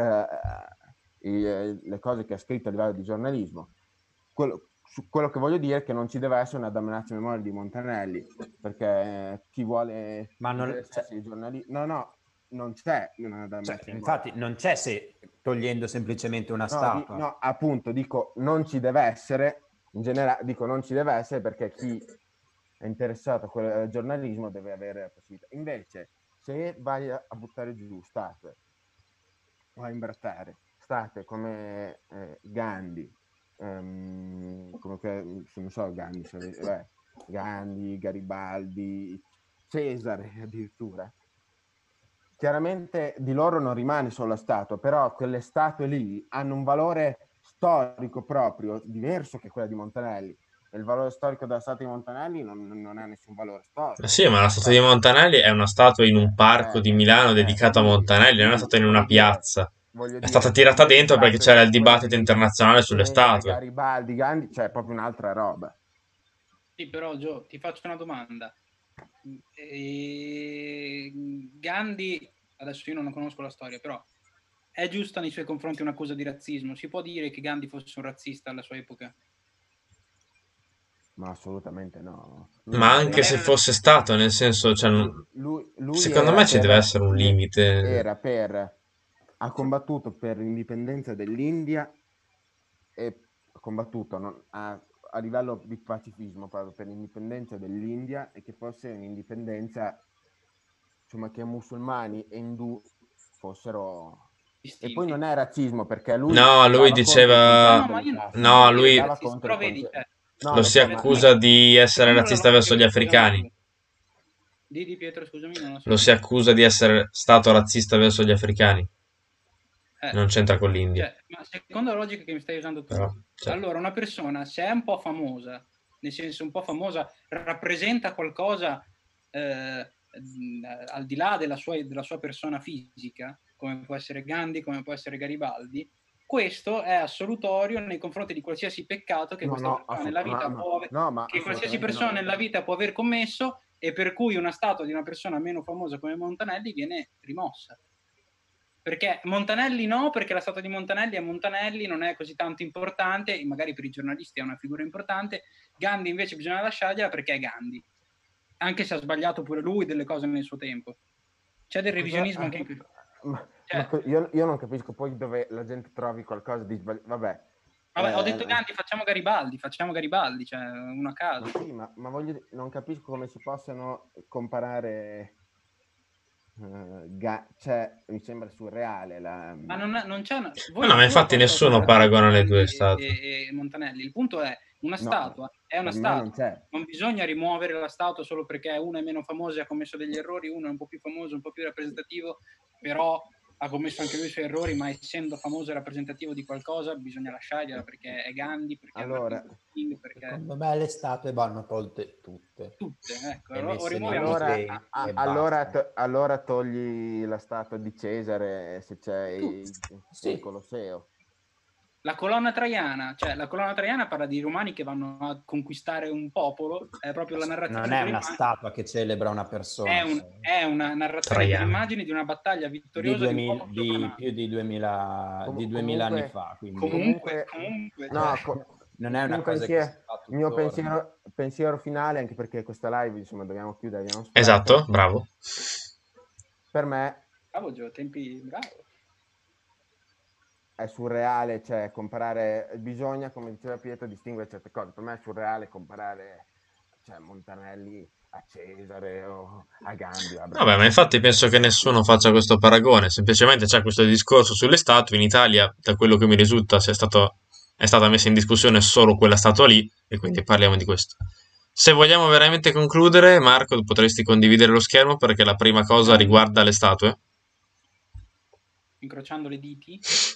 le cose che ha scritto a livello di giornalismo. Quello che voglio dire è che non ci deve essere una damnatio memoria di Montanelli, perché chi vuole... Ma non, No, non c'è una damnatio memoria. infatti non c'è se togliendo semplicemente una statua. No, appunto, dico non ci deve essere, in generale dico non ci deve essere perché chi è interessato al giornalismo deve avere la possibilità. Invece, se vai a buttare giù statue o a imbrattare statue come Gandhi, come non so Gandhi, Gandhi, Garibaldi, Cesare addirittura, chiaramente di loro non rimane solo la statua, però quelle statue lì hanno un valore storico proprio diverso che quella di Montanelli. E il valore storico della statua di Montanelli non ha nessun valore storico. Sì, ma la statua di Montanelli è una statua in un parco di Milano dedicata a Montanelli, non è una statua in una piazza. È stata tirata dentro perché c'era il dibattito internazionale sulle statue. Garibaldi, Gandhi, cioè proprio un'altra roba. Sì, però Gio, ti faccio una domanda. Gandhi, adesso io non conosco la storia, però è giusta nei suoi confronti un'accusa di razzismo? Si può dire che Gandhi fosse un razzista alla sua epoca? Ma assolutamente no. Ma anche se fosse stato, nel senso, cioè, lui secondo me ci deve essere un limite. Ha combattuto per l'indipendenza dell'India e ha combattuto a livello di pacifismo proprio per l'indipendenza dell'India e che fosse un'indipendenza, insomma, che musulmani e indù fossero distinti. E poi non è razzismo perché lui diceva lui lo si accusa di essere razzista verso gli africani. Di Pietro, scusami, non lo si accusa di essere stato razzista verso gli africani. Non c'entra con l'India. Cioè, ma secondo la logica che mi stai usando tu, Però, cioè, allora una persona, se è un po' famosa, nel senso un po' famosa, rappresenta qualcosa al di là della sua persona fisica, come può essere Gandhi, come può essere Garibaldi, questo è assolutorio nei confronti di qualsiasi peccato che qualsiasi persona nella vita può aver commesso, e per cui una statua di una persona meno famosa come Montanelli viene rimossa. Perché Montanelli no, perché la statua di Montanelli è Montanelli, non è così tanto importante, e magari per i giornalisti è una figura importante. Gandhi invece bisogna lasciargliela perché è Gandhi, anche se ha sbagliato pure lui delle cose nel suo tempo. C'è del revisionismo anche in questo. Io non capisco poi dove la gente trovi qualcosa di sbagliato. Vabbè, ho detto Gandhi, facciamo Garibaldi, cioè uno a caso. Sì, ma non capisco come si possano comparare. Mi sembra surreale ma non c'è no, ma infatti nessuno paragona le due statue e Montanelli. Il punto è una statua è una statua, non bisogna rimuovere la statua solo perché uno è meno famoso e ha commesso degli errori, uno è un po' più famoso, un po' più rappresentativo, però ha commesso anche lui i suoi errori, ma essendo famoso e rappresentativo di qualcosa bisogna lasciargliela perché è Gandhi, perché allora, è King, perché... Secondo me le statue vanno tolte tutte, ecco. Allora togli la statua di Cesare se c'è il Colosseo. La colonna traiana parla di romani che vanno a conquistare un popolo, è proprio la narrazione. Non è una statua che celebra una persona. È una narrazione di immagini di una battaglia vittoriosa di più di 2000 anni fa. Quindi. Comunque non è una cosa che si fa il mio pensiero finale, anche perché questa live insomma dobbiamo chiudere. Esatto, bravo. Per me bravo Gio, tempi bravo. È surreale, cioè comparare, bisogna, come diceva Pietro, distinguere certe cose. Per me è surreale comparare Montanelli a Cesare o a Gandhi. Vabbè, ma infatti penso che nessuno faccia questo paragone, semplicemente c'è questo discorso sulle statue. In Italia, da quello che mi risulta, è stata messa in discussione solo quella statua lì, e quindi parliamo di questo. Se vogliamo veramente concludere, Marco, potresti condividere lo schermo perché la prima cosa riguarda le statue. Incrociando le diti.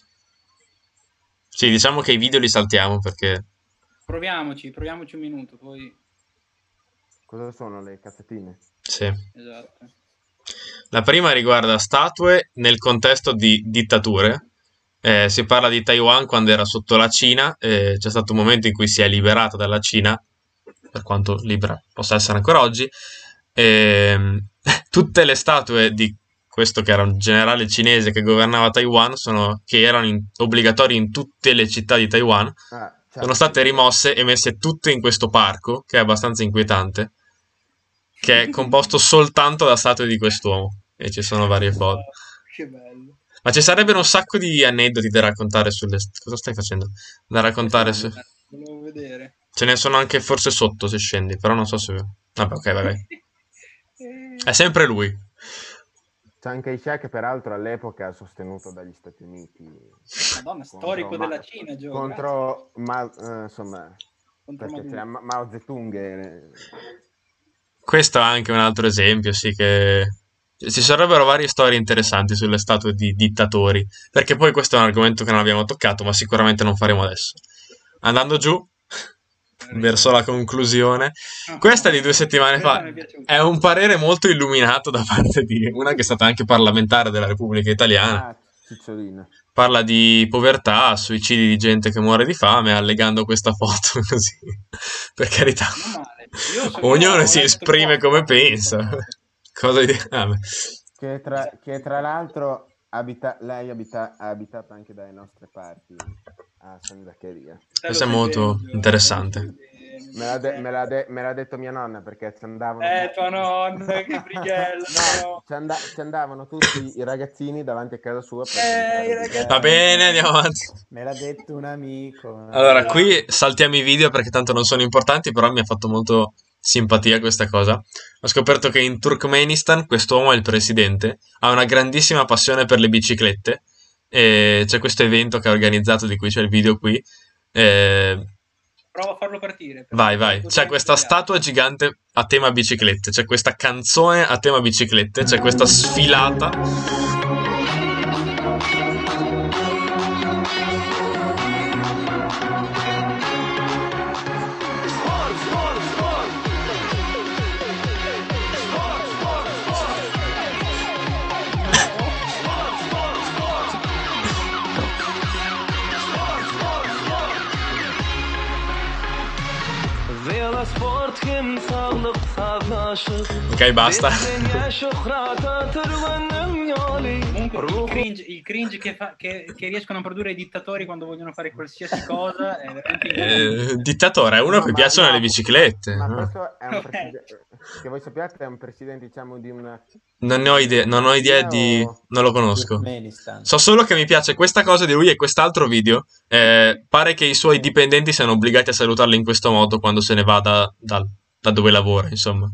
Sì, diciamo che i video li saltiamo perché... Proviamoci un minuto, poi... Cosa sono le cazzatine? Sì. Esatto. La prima riguarda statue nel contesto di dittature. Si parla di Taiwan quando era sotto la Cina, c'è stato un momento in cui si è liberata dalla Cina, per quanto libera possa essere ancora oggi. Tutte le statue di questo che era un generale cinese che governava Taiwan, che erano obbligatorie in tutte le città di Taiwan, sono state rimosse e messe tutte in questo parco, che è abbastanza inquietante, che è composto soltanto da statue di quest'uomo, e ci sono varie foto. Che bello. Ma ci sarebbero un sacco di aneddoti da raccontare sulle... Cosa stai facendo? Da raccontare su... Volevo vedere. Ce ne sono anche forse sotto se scendi, però non so se... Vabbè, ok, vai. È sempre lui. Chiang Kai-shek, peraltro, all'epoca sostenuto dagli Stati Uniti. Madonna, storico della Cina, Gio. Contro perché c'era Mao Zedong. Questo è anche un altro esempio, sì, che... Ci sarebbero varie storie interessanti sulle statue di dittatori, perché poi questo è un argomento che non abbiamo toccato, ma sicuramente non faremo adesso. Andando giù... verso la conclusione, questa di 2 settimane fa è un parere molto illuminato da parte di una che è stata anche parlamentare della Repubblica Italiana. Parla di povertà, suicidi di gente che muore di fame, allegando questa foto così, per carità, ognuno si esprime come pensa. Cosa di... che tra l'altro lei ha abitato anche dalle nostre parti a San Zaccaria. Questo è molto interessante. Me l'ha detto mia nonna, perché ci andavano tua nonna, che brighella. No, ci andavano tutti i ragazzini davanti a casa sua va bene, andiamo avanti. Me l'ha detto un amico. Allora, qui saltiamo i video perché tanto non sono importanti, però mi ha fatto molto simpatia questa cosa. Ho scoperto che in Turkmenistan quest'uomo è il presidente, ha una grandissima passione per le biciclette, e c'è questo evento che ha organizzato, di cui c'è il video qui. Prova a farlo partire. Vai. C'è questa statua gigante a tema biciclette, c'è questa canzone a tema biciclette, c'è questa sfilata. Ok, basta. Comunque il cringe che riescono a produrre i dittatori quando vogliono fare qualsiasi cosa è veramente Dittatore è uno a cui piacciono le biciclette. Ma no? questo è un presidente, che voi sappiate, è un presidente, diciamo, di una... Non ne ho idea, non ho idea di... non lo conosco. Turkmenistan. So solo che mi piace questa cosa di lui e quest'altro video. Pare che i suoi dipendenti siano obbligati a salutarlo in questo modo quando se ne va da dove lavora, insomma.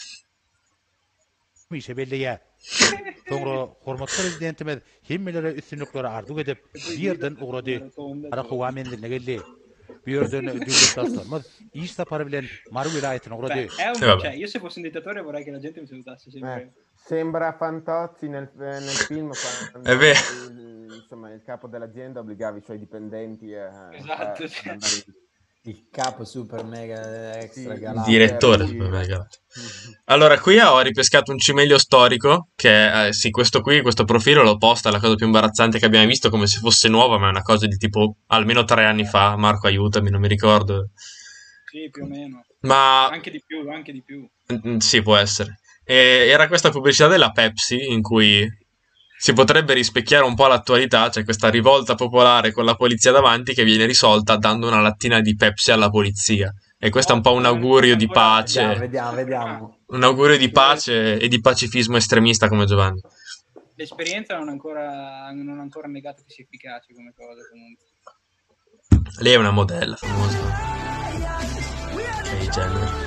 ise belliye. Sonra hormat prezidentimiz hemmelere üstünlükleri arzu edip bir yerden uğradı. Ara kuvamendiline geldi. Bir yerden devlet taslarımız iş saparı bilen Maru vilayetine uğradı. Cioè, io se fossi un dittatore vorrei che la gente mi salutasse sempre. Sembra Fantozzi nel film quando È vero. insomma, il capo dell'azienda obbligava i suoi dipendenti a Esatto, ad andare in... Il capo super mega extra Sì, galattico. Direttore. sì. Allora, qui ho ripescato un cimelio storico che, sì, questo qui, questo profilo l'ho posta, è la cosa più imbarazzante che abbiamo visto, come se fosse nuova, ma è una cosa di tipo almeno 3 anni fa. Marco, aiutami, non mi ricordo. Sì, più o meno. Ma Anche di più. sì, può essere. E era questa pubblicità della Pepsi in cui si potrebbe rispecchiare un po' l'attualità, c'è questa rivolta popolare con la polizia davanti che viene risolta dando una lattina di Pepsi alla polizia. E questo è un po' un augurio di pace. Vediamo. Un augurio di pace e di pacifismo estremista come Giovanni. L'esperienza non ha ancora negato che sia efficace come cosa comunque. Lei è una modella famosa. Kylie Jenner.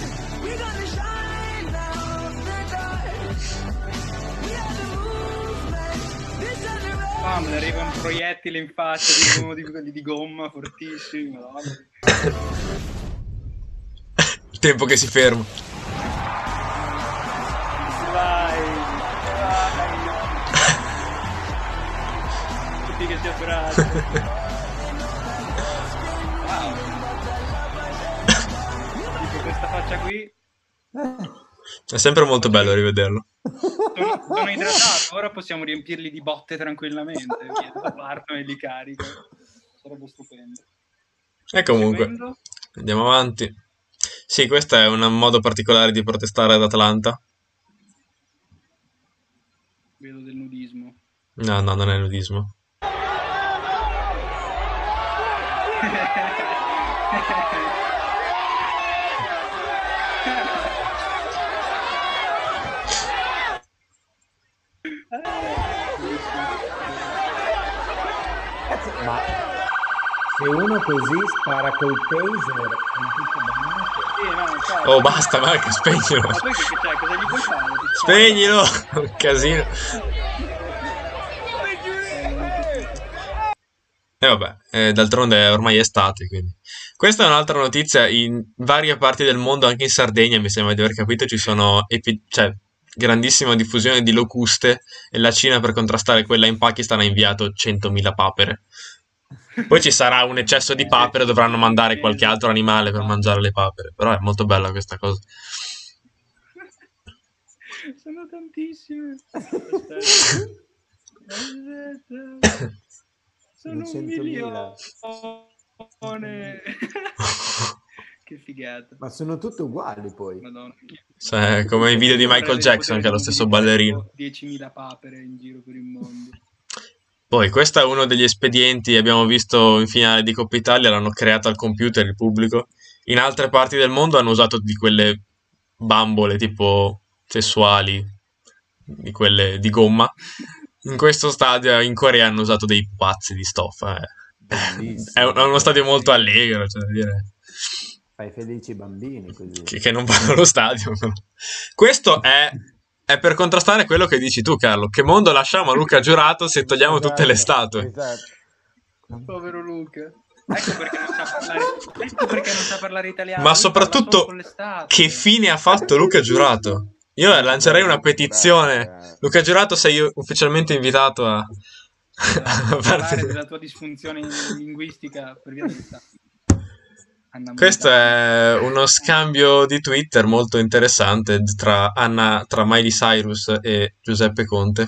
Me ne arriva un proiettile in faccia di uno di quelli di gomma fortissimo. No? Il tempo che si ferma. Vai. Tutti che si abbracciano. Wow. Tipo questa faccia qui. È sempre molto bello rivederlo. Sono idratato, ora possiamo riempirli di botte tranquillamente. Partono e li carico. Sarebbe stupendo. E comunque, Seguendo? andiamo avanti. Sì, questo è un modo particolare di protestare ad Atlanta. Vedo del nudismo. No, non è nudismo. Ma se uno così spara col taser con tutto bagnato. No, certo. Oh, basta, Marco, spegnilo. Ma poi che c'è? Cosa gli puoi fare? Ti spara? Spegnilo! Un casino. E vabbè, d'altronde è ormai estate, quindi. Questa è un'altra notizia. In varie parti del mondo, anche in Sardegna, mi sembra di aver capito, ci sono grandissima diffusione di locuste e la Cina, per contrastare quella in Pakistan, ha inviato 100.000 papere. Poi ci sarà un eccesso di papere, dovranno mandare qualche altro animale per mangiare le papere, però è molto bella questa cosa. Sono tantissime. Sono 100.000. 1 milione. Che figata. Ma sono tutte uguali poi. Madonna. Cioè, come i video di Michael Jackson, che è lo stesso ballerino. 10.000 papere in giro per il mondo. Poi, questo è uno degli espedienti, abbiamo visto in finale di Coppa Italia, l'hanno creato al computer il pubblico. In altre parti del mondo hanno usato di quelle bambole tipo sessuali, di quelle di gomma. In questo stadio in Corea hanno usato dei pupazzi di stoffa. È uno stadio molto allegro, cioè, dire. Fai felici i bambini così. Che non vanno allo stadio. Questo è per contrastare quello che dici tu, Carlo. Che mondo lasciamo a Luca Giurato se togliamo tutte le statue? Esatto. Povero Luca. Ecco perché non sa parlare italiano. Ma Lui soprattutto, parla solo con le statue. che fine ha fatto Luca Giurato? Io lancerei una petizione. Luca Giurato, sei ufficialmente invitato a parlare della tua disfunzione linguistica per via delle statue. Questo è uno scambio di Twitter molto interessante tra Miley Cyrus e Giuseppe Conte.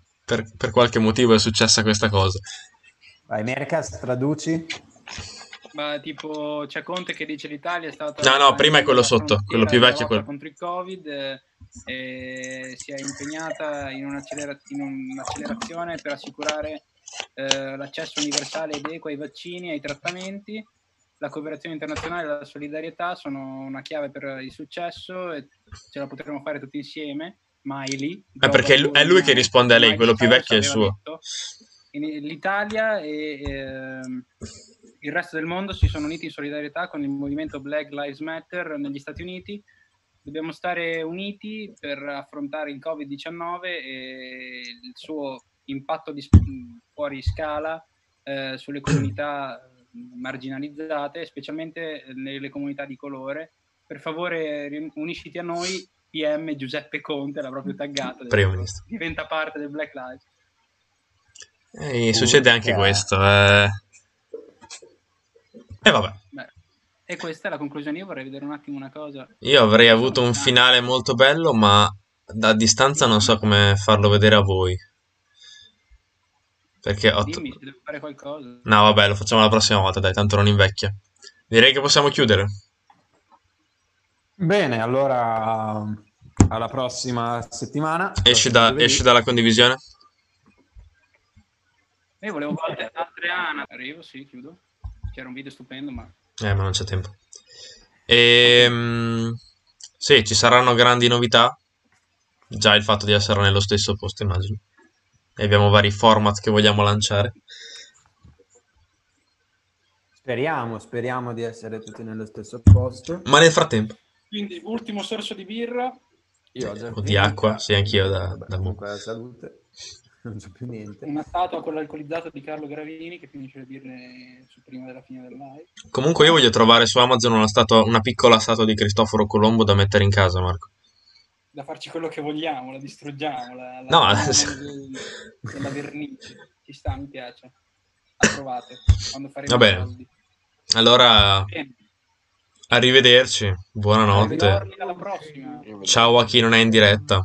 Per qualche motivo è successa questa cosa. Vai, Mercas, traduci. Ma tipo c'è Conte che dice l'Italia è stata... No, prima è quello sotto, quello più vecchio è quello. Contro il Covid si è impegnata in un'accelerazione per assicurare l'accesso universale ed equo ai vaccini e ai trattamenti. La cooperazione internazionale e la solidarietà sono una chiave per il successo e ce la potremo fare tutti insieme. Miley, perché è lui che risponde a lei, quello più vecchio è il suo. L'Italia e il resto del mondo si sono uniti in solidarietà con il movimento Black Lives Matter negli Stati Uniti. Dobbiamo stare uniti per affrontare il Covid-19 e il suo impatto fuori scala sulle comunità marginalizzate, specialmente nelle comunità di colore. Per favore unisciti a noi. PM Giuseppe Conte l'ha proprio taggato, diventa parte del Black Lives. Succede anche questo. E vabbè. E questa è la conclusione. Io vorrei vedere un attimo una cosa. Io avrei avuto un finale molto bello, ma da distanza non so come farlo vedere a voi. Perché Dimmi se devo fare qualcosa. No, vabbè, lo facciamo la prossima volta, dai, tanto non invecchia. Direi che possiamo chiudere. Bene, allora alla prossima settimana. Esci dalla condivisione? Io volevo fare Adriana. Arrivo, sì, chiudo. C'era un video stupendo, ma non c'è tempo. Sì, ci saranno grandi novità. Già il fatto di essere nello stesso posto, immagino. E abbiamo vari format che vogliamo lanciare. Speriamo di essere tutti nello stesso posto. Ma nel frattempo. Quindi, ultimo sorso di birra. O di acqua, sì, anch'io da comunque la salute. Non c'è più niente. Una statua con l'alcolizzato di Carlo Gravini che finisce le birre su prima della fine del live. Comunque io voglio trovare su Amazon una piccola statua di Cristoforo Colombo da mettere in casa, Marco. Da farci quello che vogliamo, la distruggiamo, no, della vernice. Ci sta, mi piace. Approvate. Quando faremo va bene. soldi. Allora, arrivederci, buonanotte. Alla prossima. Ciao a chi non è in diretta.